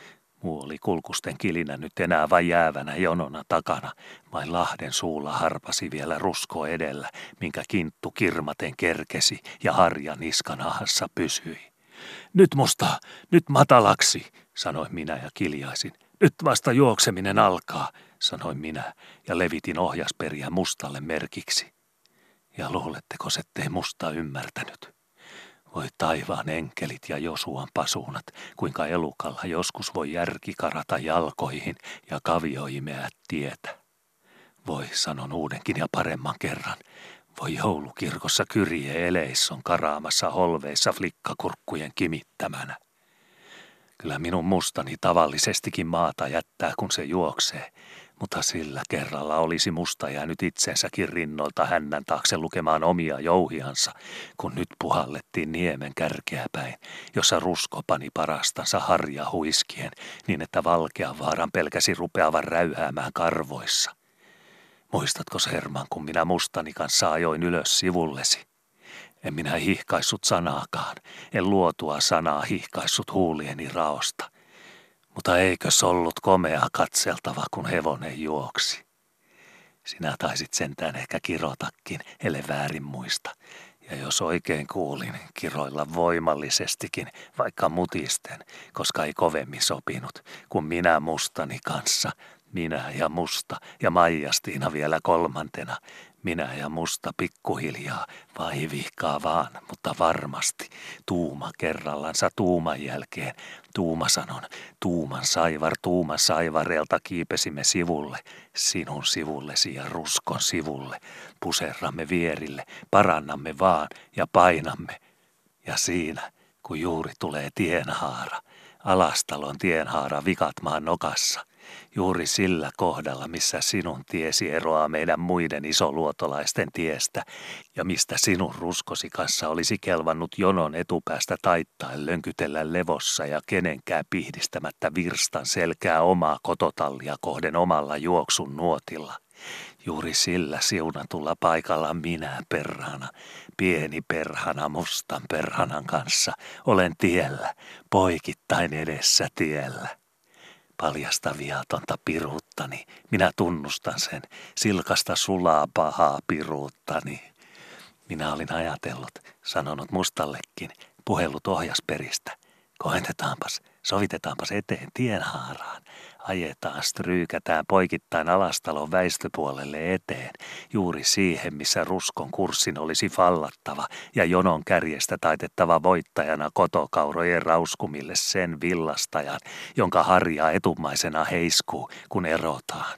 Muu oli kulkusten kilinä nyt enää vain jäävänä jonona takana, vain Lahden suulla harpasi vielä rusko edellä, minkä kinttu kirmaten kerkesi ja harja niskan ahassa pysyi. Nyt musta, nyt matalaksi, sanoin minä ja kiljaisin. Nyt vasta juokseminen alkaa, sanoin minä ja levitin ohjasperiä mustalle merkiksi. Ja luuletteko, ettei musta ymmärtänyt? Voi taivaan enkelit ja Josuan pasuunat, kuinka elukalla joskus voi järki karata jalkoihin ja kavio imeä tietä. Voi, sanon uudenkin ja paremman kerran, voi joulukirkossa Kyrje Eleisson karaamassa holveissa flikkakurkkujen kimittämänä. Kyllä minun mustani tavallisestikin maata jättää, kun se juoksee, mutta sillä kerralla olisi musta jäänyt itsensäkin rinnoilta hännän taakse lukemaan omia jouhiansa, kun nyt puhallettiin niemen kärkeä päin, jossa rusko pani parastansa harja huiskien, niin että Valkeavaaran pelkäsi rupeavan räyhäämään karvoissa. Muistatko, Herman, kun minä mustani kanssa ajoin ylös sivullesi? En minä hihkaissut sanaakaan, en luotua sanaa hihkaissut huulieni raosta. Mutta eikös ollut komea katseltava, kun hevonen juoksi. Sinä taisit sentään ehkä kirotakin, ellei väärin muista. Ja jos oikein kuulin, kiroilla voimallisestikin, vaikka mutisten, koska ei kovemmin sopinut, kun minä mustani kanssa, minä ja musta ja Maijastiina vielä kolmantena, minä ja musta pikkuhiljaa, vaivihkaa vaan, mutta varmasti, tuuma kerrallansa tuuman jälkeen, tuuma sanon, tuuman saivareelta kiipesimme sivulle, sinun sivullesi ja ruskon sivulle, puserramme vierille, parannamme vaan ja painamme. Ja siinä, kun juuri tulee tienhaara, Alastalon tienhaara Vikatmaan nokassa, juuri sillä kohdalla, missä sinun tiesi eroaa meidän muiden isoluotolaisten tiestä ja mistä sinun ruskosi kanssa olisi kelvannut jonon etupäästä taittaen lönkytellä levossa ja kenenkään pihdistämättä virstan selkää omaa kototallia kohden omalla juoksun nuotilla. Juuri sillä siunatulla paikalla minä perhana, pieni perhana mustan perhanan kanssa, olen tiellä, poikittain edessä tiellä. Paljasta viatonta piruuttani, minä tunnustan sen, silkasta sulaa pahaa piruuttani. Minä olin ajatellut, sanonut mustallekin, puhellut ohjasperistä. Koetetaanpas, sovitetaanpas eteen tienhaaraan. Ajetaan, stryykätään poikittain Alastalon väistöpuolelle eteen, juuri siihen, missä ruskon kurssin olisi fallattava ja jonon kärjestä taitettava voittajana kotokaurojen rauskumille sen villastajan, jonka harjaa etumaisena heiskuu, kun erotaan.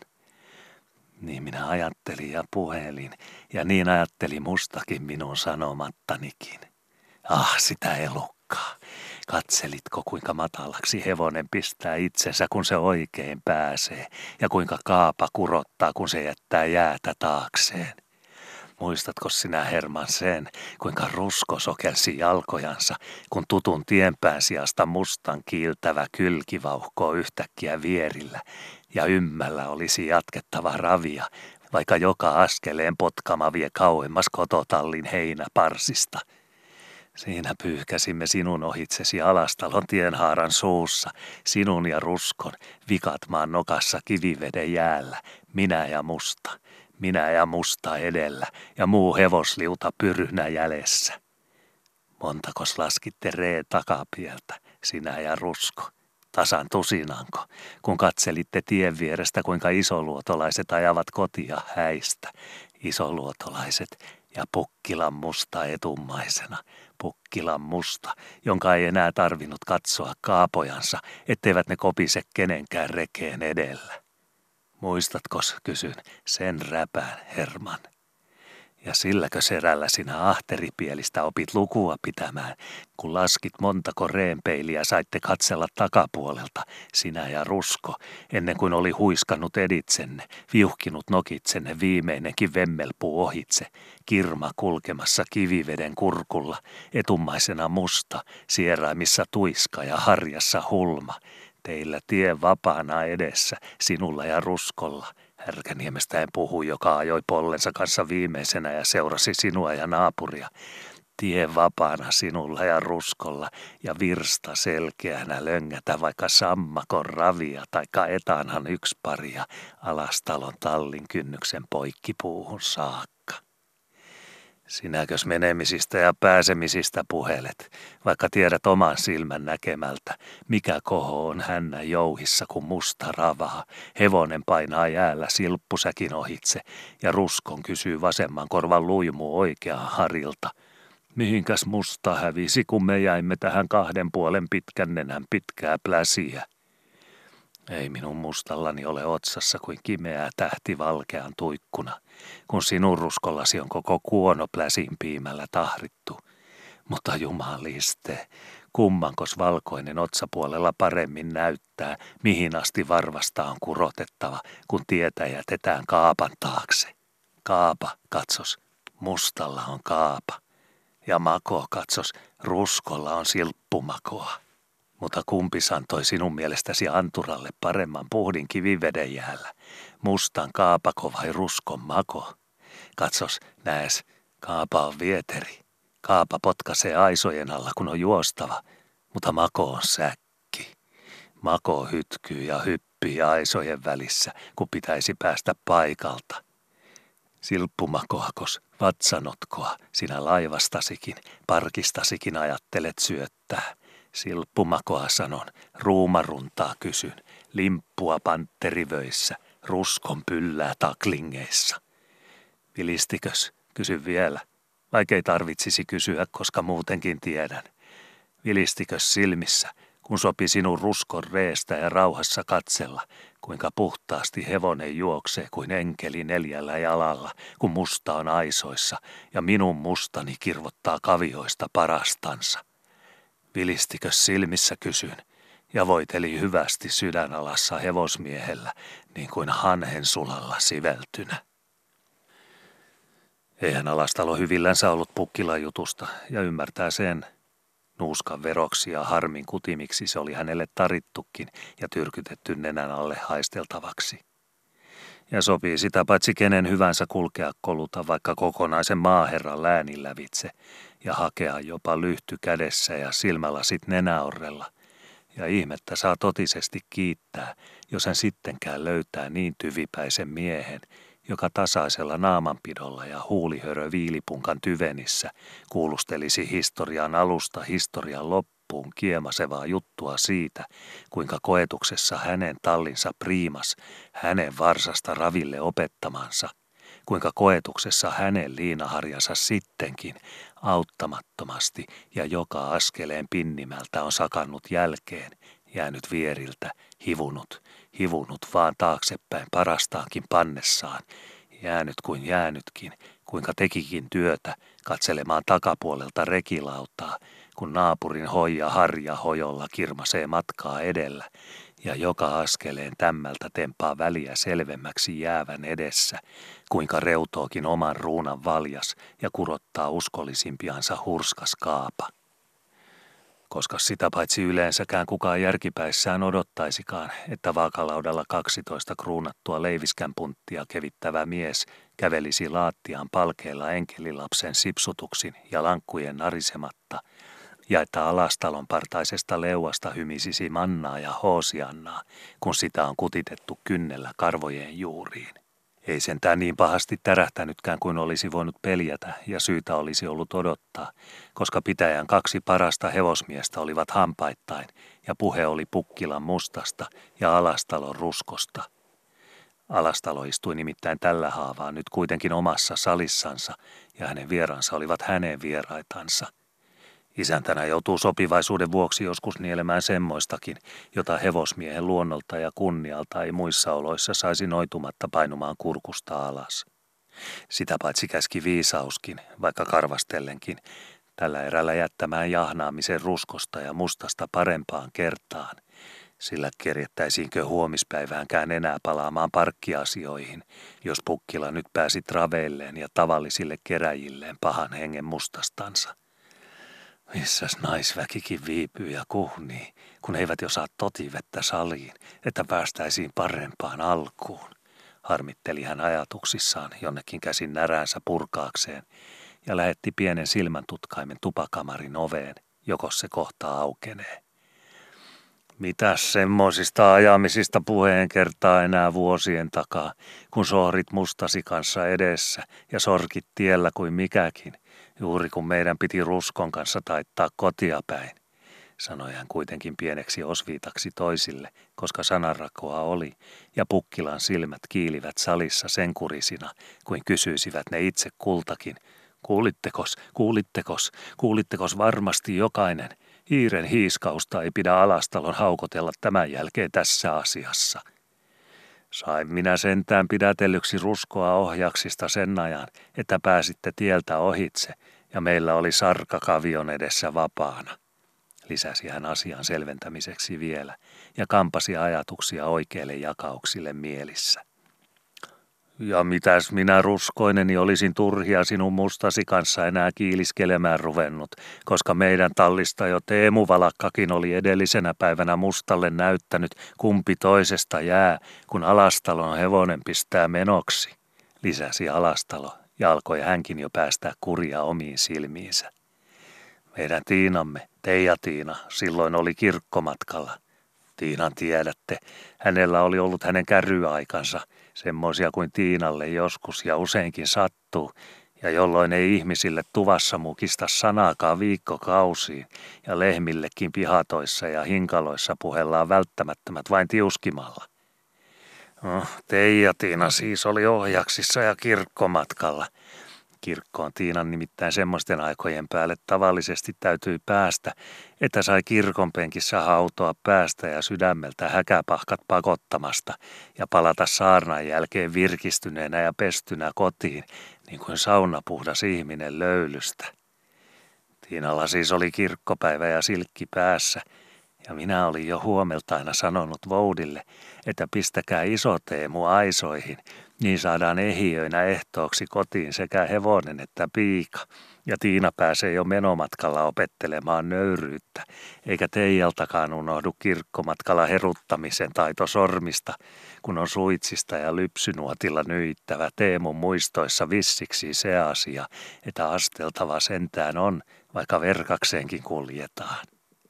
Niin minä ajattelin ja puhelin, ja niin ajatteli mustakin minun sanomattanikin. Ah, sitä elukkaa. Katselitko, kuinka matalaksi hevonen pistää itsensä, kun se oikein pääsee, ja kuinka kaapa kurottaa, kun se jättää jäätä taakseen? Muistatko sinä, Herman, sen, kuinka rusko sokelsi jalkojansa, kun tutun tienpään sijasta mustan kiiltävä kylki vauhkoo yhtäkkiä vierillä, ja ymmällä olisi jatkettava ravia, vaikka joka askeleen potkama vie kauemmas kototallin heinäparsista. Siinä pyyhkäsimme sinun ohitsesi Alastalon tienhaaran suussa, sinun ja ruskon, Vikatmaan nokassa kiviveden jäällä, minä ja musta edellä ja muu hevosliuta pyrynä jäljessä. Montakos laskitte reen takapieltä, sinä ja rusko? Tasan tusinanko, kun katselitte tien vierestä, kuinka isoluotolaiset ajavat kotia häistä, isoluotolaiset ja Pukkilan musta etummaisena, Pukkilan musta, jonka ei enää tarvinnut katsoa kaapojansa, etteivät ne kopise kenenkään rekeen edellä. Muistatkos, kysyn, sen räpään, Herman? Ja silläkö serällä sinä ahteripielistä opit lukua pitämään, kun laskit montako reenpeiliä saitte katsella takapuolelta, sinä ja rusko, ennen kuin oli huiskannut editsenne, viuhkinut nokitsenne viimeinenkin vemmelpuu ohitse, kirma kulkemassa kiviveden kurkulla, etummaisena musta, sieraimissa tuiska ja harjassa hulma, teillä tie vapaana edessä, sinulla ja ruskolla. Härkäniemestä en puhu, joka ajoi pollensa kanssa viimeisenä ja seurasi sinua ja naapuria. Tie vapaana sinulla ja ruskolla ja virsta selkeänä löngätä vaikka sammakon ravia taikka etanhan yksi paria Alastalon tallin kynnyksen poikkipuuhun saakka. Sinäkös menemisistä ja pääsemisistä puhelet, vaikka tiedät oman silmän näkemältä, mikä koho on hännä jouhissa, kun musta ravaa, hevonen painaa jäällä silppusäkin ohitse ja ruskon kysyy vasemman korvan luimu oikeaan harilta. Mihinkäs musta hävisi, kun me jäimme tähän 2 puolen pitkän nenän pitkää pläsiä? Ei minun mustallani ole otsassa kuin kimeää tähti valkean tuikkuna, kun sinun ruskollasi on koko kuono pläsin piimällä tahrittu. Mutta jumaliste, kummankos valkoinen otsapuolella paremmin näyttää, mihin asti varvasta on kurotettava, kun tietä jätetään kaapan taakse. Kaapa, katsos, mustalla on kaapa. Ja mako, katsos, ruskolla on silppumakoa. Mutta kumpi antoi sinun mielestäsi anturalle paremman puhdin kiviveden jäällä, mustan kaapako vai ruskon mako? Katsos, näes, kaapa on vieteri, Kaapa potkaisee aisojen alla, kun on juostava, mutta Mako on säkki. Mako hytkyy ja hyppii aisojen välissä, kun pitäisi päästä paikalta. Silppumakoakos, vatsanotkoa, sinä laivastasikin, parkistasikin ajattelet syöttää. Silppumakoa sanon, ruumaruntaa kysyn, limppua pantterivöissä, ruskon pyllää taklingeissa. Vilistikös, kysy vielä, vaikkei tarvitsisi kysyä, koska muutenkin tiedän. Vilistikös silmissä, kun sopi sinun ruskon reestä ja rauhassa katsella, kuinka puhtaasti hevonen juoksee kuin enkeli 4 jalalla, kun musta on aisoissa ja minun mustani kirvottaa kavioista parastansa. Vilistikös silmissä kysyn, ja voiteli hyvästi sydänalassa hevosmiehellä, niin kuin hanhen sulalla siveltynä. Eihän Alastalo hyvillänsä ollut Pukkilan jutusta, ja ymmärtää sen. Nuuskan veroksi ja harmin kutimiksi se oli hänelle tarittukin ja tyrkytetty nenän alle haisteltavaksi. Ja sopii sitä paitsi kenen hyvänsä kulkea koluta vaikka kokonaisen maaherran läänin lävitse ja hakea jopa lyhty kädessä ja silmälasit nenäorrella. Ja ihmettä saa totisesti kiittää, jos hän sittenkään löytää niin tyvipäisen miehen, joka tasaisella naamanpidolla ja huulihörö viilipunkan tyvenissä kuulustelisi historian alusta historian loppuun kiemasevaa juttua siitä, kuinka koetuksessa hänen tallinsa priimas hänen varsasta raville opettamansa, kuinka koetuksessa hänen liinaharjansa sittenkin auttamattomasti ja joka askeleen pinnimältä on sakannut jälkeen, jäänyt vieriltä, hivunut vaan taaksepäin parastaankin pannessaan, jäänyt kuin jäänytkin, kuinka tekikin työtä katselemaan takapuolelta rekilautaa, kun naapurin hoija harja hojolla kirmasee matkaa edellä, ja joka askeleen tämmältä tempaa väliä selvemmäksi jäävän edessä, kuinka reutookin oman ruunan valjas ja kurottaa uskollisimpiansa hurskas kaapa. Koska sitä paitsi yleensäkään kukaan järkipäissään odottaisikaan, että vaakalaudalla 12 kruunattua leiviskän punttia kevittävä mies kävelisi laattiaan palkeilla enkelilapsen sipsutuksin ja lankkujen narisematta, ja että Alastalon partaisesta leuasta hymisisi mannaa ja hoosiannaa, kun sitä on kutitettu kynnellä karvojen juuriin. Ei sentään niin pahasti tärähtänytkään kuin olisi voinut peljätä ja syytä olisi ollut odottaa, koska pitäjän 2 parasta hevosmiestä olivat hampaittain ja puhe oli Pukkilan mustasta ja Alastalon ruskosta. Alastalo istui nimittäin tällä haavaa nyt kuitenkin omassa salissansa ja hänen vieransa olivat hänen vieraitansa. Isäntänä joutuu sopivaisuuden vuoksi joskus nielemään semmoistakin, jota hevosmiehen luonnolta ja kunnialta ei muissa oloissa saisi noitumatta painumaan kurkusta alas. Sitä paitsi käski viisauskin, vaikka karvastellenkin, tällä erällä jättämään jahnaamisen ruskosta ja mustasta parempaan kertaan, sillä kerjettäisiinkö huomispäiväänkään enää palaamaan parkkiasioihin, jos Pukkila nyt pääsi traveilleen ja tavallisille keräjilleen pahan hengen mustastansa. Missäs naisväkikin viipyy ja kuhnii, kun eivät jo saa totivettä saliin, että päästäisiin parempaan alkuun, harmitteli hän ajatuksissaan jonnekin käsin näräänsä purkaakseen ja lähetti pienen silmäntutkaimen tupakamarin oveen, jokos se kohta aukenee. Mitäs semmoisista ajamisista puheen kertaa enää vuosien takaa, kun sohrit mustasi kanssa edessä ja sorkit tiellä kuin mikäkin, juuri kun meidän piti ruskon kanssa taittaa kotia päin, sanoi hän kuitenkin pieneksi osviitaksi toisille, koska sananrakoa oli, ja Pukkilan silmät kiilivät salissa sen kurisina, kuin kysyisivät ne itse kultakin, kuulittekos varmasti jokainen, hiiren hiiskausta ei pidä Alastalon haukotella tämän jälkeen tässä asiassa. Sain minä sentään pidätellyksi ruskoa ohjaksista sen ajan, että pääsitte tieltä ohitse, ja meillä oli sarka kavion edessä vapaana. Lisäsi hän asian selventämiseksi vielä, ja kampasi ajatuksia oikeille jakauksille mielissä. Ja mitäs minä ruskoineni olisin turhia sinun mustasi kanssa enää kiiliskelemään ruvennut, koska meidän tallista jo Teemu Valakkakin oli edellisenä päivänä mustalle näyttänyt, kumpi toisesta jää, kun Alastalon hevonen pistää menoksi, lisäsi Alastalo ja alkoi hänkin jo päästää kuria omiin silmiinsä. Meidän Tiinamme, Teija-Tiina, silloin oli kirkkomatkalla. Tiinan tiedätte, hänellä oli ollut hänen kärryaikansa, semmoisia kuin Tiinalle joskus ja useinkin sattuu, ja jolloin ei ihmisille tuvassa mukista sanaakaan viikkokausiin, ja lehmillekin pihatoissa ja hinkaloissa puhellaan välttämättömät vain tiuskimalla. Teija-Tiina siis oli ohjaksissa ja kirkkomatkalla. Kirkkoon Tiinan nimittäin semmoisten aikojen päälle tavallisesti täytyi päästä, että sai kirkonpenkissä hautoa päästä ja sydämeltä häkäpahkat pakottamasta ja palata saarnan jälkeen virkistyneenä ja pestynä kotiin, niin kuin saunapuhdas ihminen löylystä. Tiinalla siis oli kirkkopäivä ja silkki päässä, ja minä olin jo huomeltaina sanonut voudille, että pistäkää iso Teemu aisoihin, niin saadaan ehiöinä ehtooksi kotiin sekä hevonen että piika, ja Tiina pääsee jo menomatkalla opettelemaan nöyryyttä, eikä Teijaltakaan unohdu kirkkomatkalla heruttamisen taito sormista, kun on suitsista ja lypsynuotilla nyittävä Teemun muistoissa vissiksi se asia, että asteltava sentään on, vaikka verkakseenkin kuljetaan.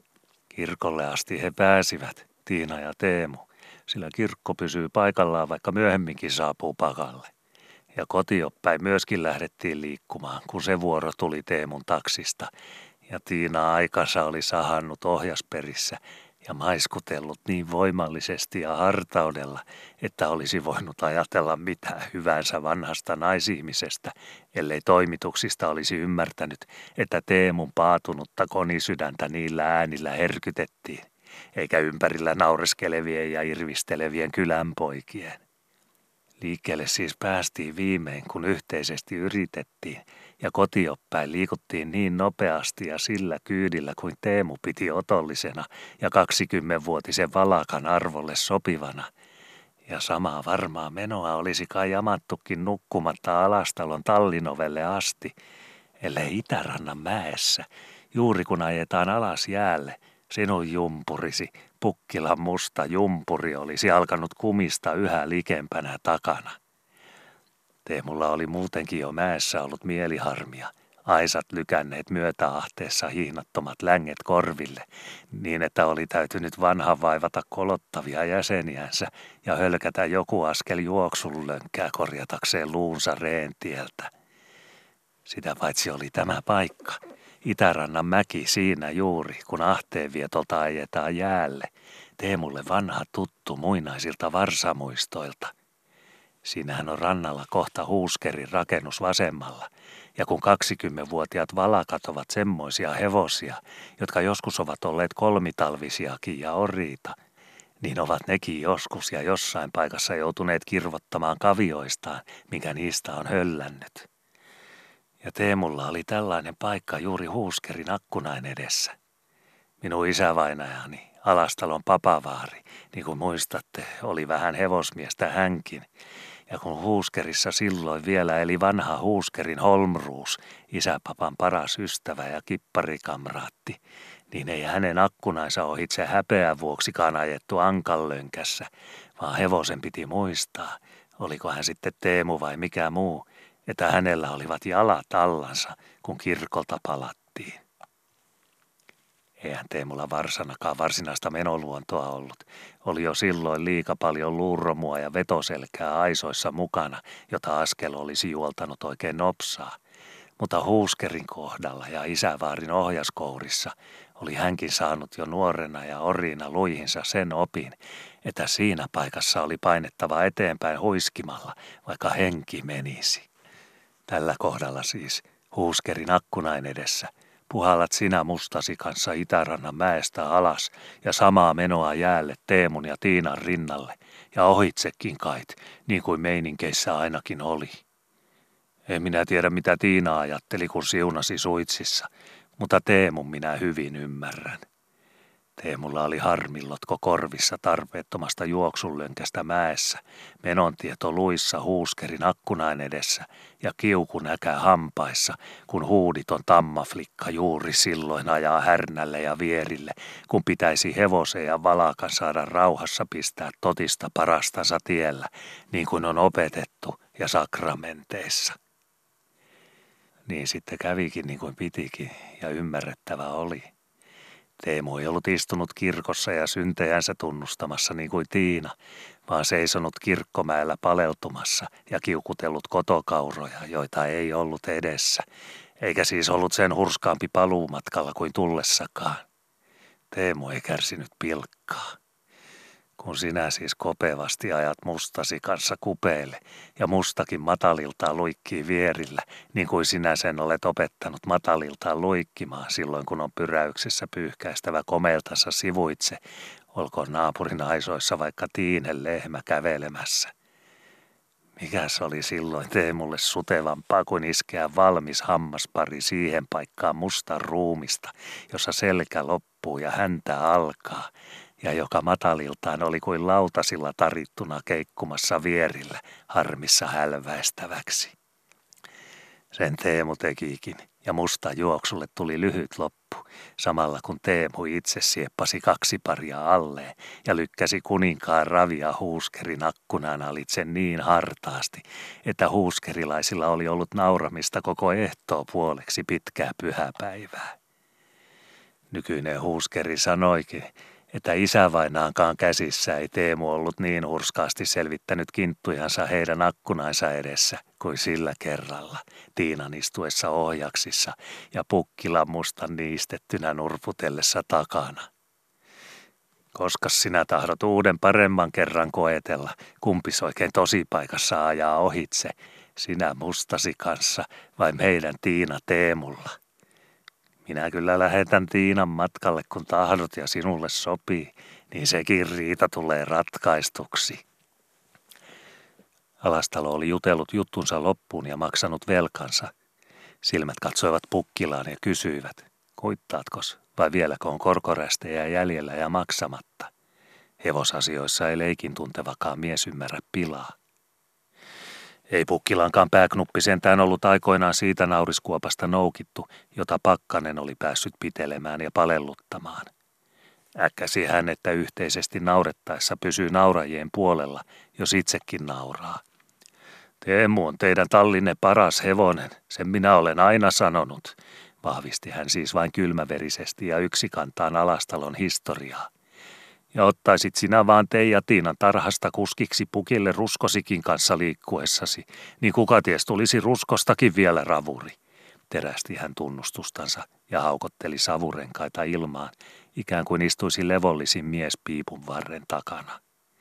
Kirkolle asti he pääsivät, Tiina ja Teemu, sillä kirkko pysyy paikallaan, vaikka myöhemminkin saapuu pakalle. Ja kotioppäin myöskin lähdettiin liikkumaan, kun se vuoro tuli Teemun taksista, ja Tiina aikansa oli sahannut ohjasperissä ja maiskutellut niin voimallisesti ja hartaudella, että olisi voinut ajatella mitä hyvänsä vanhasta naisihmisestä, ellei toimituksista olisi ymmärtänyt, että Teemun paatunutta konisydäntä niillä äänillä herkytettiin, eikä ympärillä naureskelevien ja irvistelevien kylänpoikien. Liikkeelle siis päästiin viimein, kun yhteisesti yritettiin, ja kotioppäin liikuttiin niin nopeasti ja sillä kyydillä kuin Teemu piti otollisena ja 20-vuotisen valakan arvolle sopivana. Ja samaa varmaa menoa olisi kai jamattukin nukkumatta Alastalon tallinovelle asti, ellei Itärannan mäessä, juuri kun ajetaan alas jäälle, sinun jumpurisi, Pukkilan musta jumpuri olisi alkanut kumista yhä likempänä takana. Teemulla oli muutenkin jo mäessä ollut mieliharmia, aisat lykänneet myötäahteessa hihnattomat länget korville, niin että oli täytynyt vanha vaivata kolottavia jäseniänsä ja hölkätä joku askel juoksullönkää korjatakseen luunsa reentieltä. Sitä paitsi oli tämä paikka. Itärannan mäki siinä juuri, kun ahteenvietolta ajetaan jäälle, Teemulle vanha tuttu muinaisilta varsamuistoilta. Siinähän on rannalla kohta Huuskerin rakennus vasemmalla, ja kun 20-vuotiaat valakat ovat semmoisia hevosia, jotka joskus ovat olleet kolmitalvisiakin ja oriita, niin ovat nekin joskus ja jossain paikassa joutuneet kirvottamaan kavioistaan, mikä niistä on höllännyt. Ja Teemulla oli tällainen paikka juuri Huuskerin akkunain edessä. Minun isävainajani, Alastalon Papavaari, niin kuin muistatte, oli vähän hevosmiestä hänkin. Ja kun Huuskerissa silloin vielä eli vanha Huuskerin Holmruus, isäpapan paras ystävä ja kipparikamraatti, niin ei hänen akkunainsa ohitse häpeän vuoksikaan ajettu ankallönkässä, vaan hevosen piti muistaa, oliko hän sitten Teemu vai mikä muu, että hänellä olivat jalat allansa, kun kirkolta palattiin. Eihän Teemulla varsanakaan varsinaista menoluontoa ollut. Oli jo silloin liika paljon luurromua ja vetoselkää aisoissa mukana, jota askel olisi juoltanut oikein nopsaa. Mutta Huuskerin kohdalla ja isävaarin ohjaskourissa oli hänkin saanut jo nuorena ja oriina luihinsa sen opin, että siinä paikassa oli painettava eteenpäin huiskimalla, vaikka henki menisi. Tällä kohdalla siis, Huuskerin akkunain edessä, puhallat sinä mustasi kanssa Itärannan mäestä alas ja samaa menoa jäälle Teemun ja Tiinan rinnalle ja ohitsekin kait, niin kuin meininkeissä ainakin oli. En minä tiedä mitä Tiina ajatteli, kun siunasi suitsissa, mutta Teemun minä hyvin ymmärrän. Teemulla oli harmillotko korvissa tarpeettomasta juoksullönkästä mäessä, menontieto luissa Huuskerin akkunain edessä ja kiuku näkä hampaissa, kun huuditon tammaflikka juuri silloin ajaa härnälle ja vierille, kun pitäisi hevosen ja valakan saada rauhassa pistää totista parastansa tiellä, niin kuin on opetettu ja sakramenteissa. Niin sitten kävikin niin kuin pitikin ja ymmärrettävä oli. Teemu ei ollut istunut kirkossa ja syntejänsä tunnustamassa niin kuin Tiina, vaan seisonut kirkkomäellä paleltumassa ja kiukutellut kotokauroja, joita ei ollut edessä, eikä siis ollut sen hurskaampi paluumatkalla kuin tullessakaan. Teemu ei kärsinyt pilkkaa. Kun sinä siis kopevasti ajat mustasi kanssa kupeille ja mustakin mataliltaan luikkii vierillä, niin kuin sinä sen olet opettanut mataliltaan luikkimaan silloin, kun on pyräyksessä pyyhkäistävä komeltansa sivuitse, olkoon naapurin aisoissa vaikka Tiinen lehmä kävelemässä. Mikäs oli silloin Teemulle sutevampaa kuin iskeä valmis hammaspari siihen paikkaan mustan ruumista, jossa selkä loppuu ja häntä alkaa, ja joka mataliltaan oli kuin lautasilla tarittuna keikkumassa vierillä harmissa hälväistäväksi. Sen Teemu tekikin, ja musta juoksulle tuli lyhyt loppu, samalla kun Teemu itse sieppasi 2 paria alleen ja lykkäsi kuninkaan ravia huuskerin akkunan alitse niin hartaasti, että huuskerilaisilla oli ollut nauramista koko ehtoo puoleksi pitkää pyhäpäivää. Nykyinen huuskeri sanoikin, että isävainaankaan käsissä ei Teemu ollut niin hurskaasti selvittänyt kinttujansa heidän akkunainsa edessä kuin sillä kerralla, Tiinan istuessa ohjaksissa ja Pukkilan mustan niistettynä nurputellessa takana. Koskas sinä tahdot uuden paremman kerran koetella, kumpis oikein tosipaikassa ajaa ohitse, sinä mustasi kanssa vai meidän Tiina Teemulla? Minä kyllä lähetän Tiinan matkalle, kun tahdot ja sinulle sopii, niin sekin riita tulee ratkaistuksi. Alastalo oli jutellut juttunsa loppuun ja maksanut velkansa. Silmät katsoivat Pukkilaan ja kysyivät, kuittaatkos vai vieläkö on korkorästejä jäljellä ja maksamatta. Hevosasioissa ei leikin tuntevakaan mies ymmärrä pilaa. Ei Pukkilankaan pääknuppi sentään ollut aikoinaan siitä nauriskuopasta noukittu, jota Pakkanen oli päässyt pitelemään ja palelluttamaan. Äkkäsi hän, että yhteisesti naurettaessa pysyy naurajien puolella, jos itsekin nauraa. Teemu on teidän tallinne paras hevonen, sen minä olen aina sanonut, vahvisti hän siis vain kylmäverisesti ja yksikantaan Alastalon historiaa. Ja ottaisit sinä vaan Teija Tiinan tarhasta kuskiksi Pukille ruskosikin kanssa liikkuessasi, niin kuka ties tulisi ruskostakin vielä ravuri. Terästi hän tunnustustansa ja haukotteli savurenkaita ilmaan, ikään kuin istuisi levollisin mies piipun varren takana.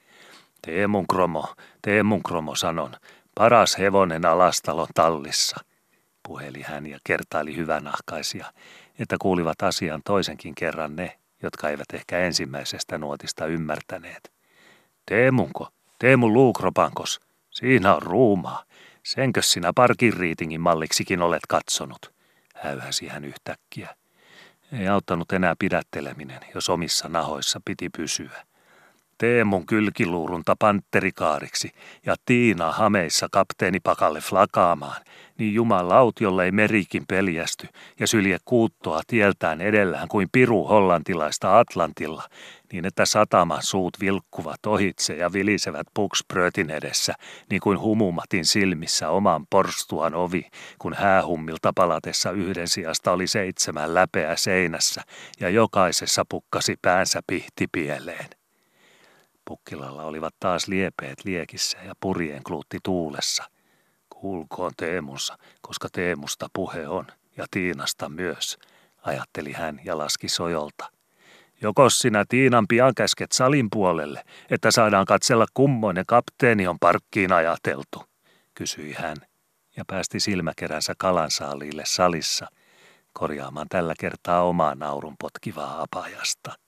Teemun kromo sanon, paras hevonen Alastalon tallissa, puheli hän ja kertaili hyvänahkaisia, että kuulivat asian toisenkin kerran ne, jotka eivät ehkä ensimmäisestä nuotista ymmärtäneet. Teemun luukropankos, siinä on ruumaa. Senkös sinä parkin riitingin malliksikin olet katsonut, häyhäsi hän yhtäkkiä. Ei auttanut enää pidätteleminen, jos omissa nahoissa piti pysyä. Teemun kylkiluurunta pantterikaariksi ja Tiina hameissa kapteenipakalle flakaamaan, niin jumalaut, jollei merikin peljästy ja sylje kuuttoa tieltään edellään kuin piru hollantilaista Atlantilla, niin että sataman suut vilkkuvat ohitse ja vilisevät pukspröötin edessä, niin kuin humumatin silmissä oman porstuan ovi, kun häähummilta palatessa yhden sijasta oli 7 läpeä seinässä ja jokaisessa pukkasi päänsä pihtipieleen. Pukkilalla olivat taas liepeet liekissä ja purjeen kluutti tuulessa. Kuulkoon Teemunsa, koska Teemusta puhe on, ja Tiinasta myös, ajatteli hän ja laski sojolta. Jokos sinä Tiinan pian käsket salin puolelle, että saadaan katsella kummoinen kapteeni on parkkiin ajateltu, kysyi hän, ja päästi silmäkeränsä kalansaaliille salissa, korjaamaan tällä kertaa omaa naurun potkivaa apajasta.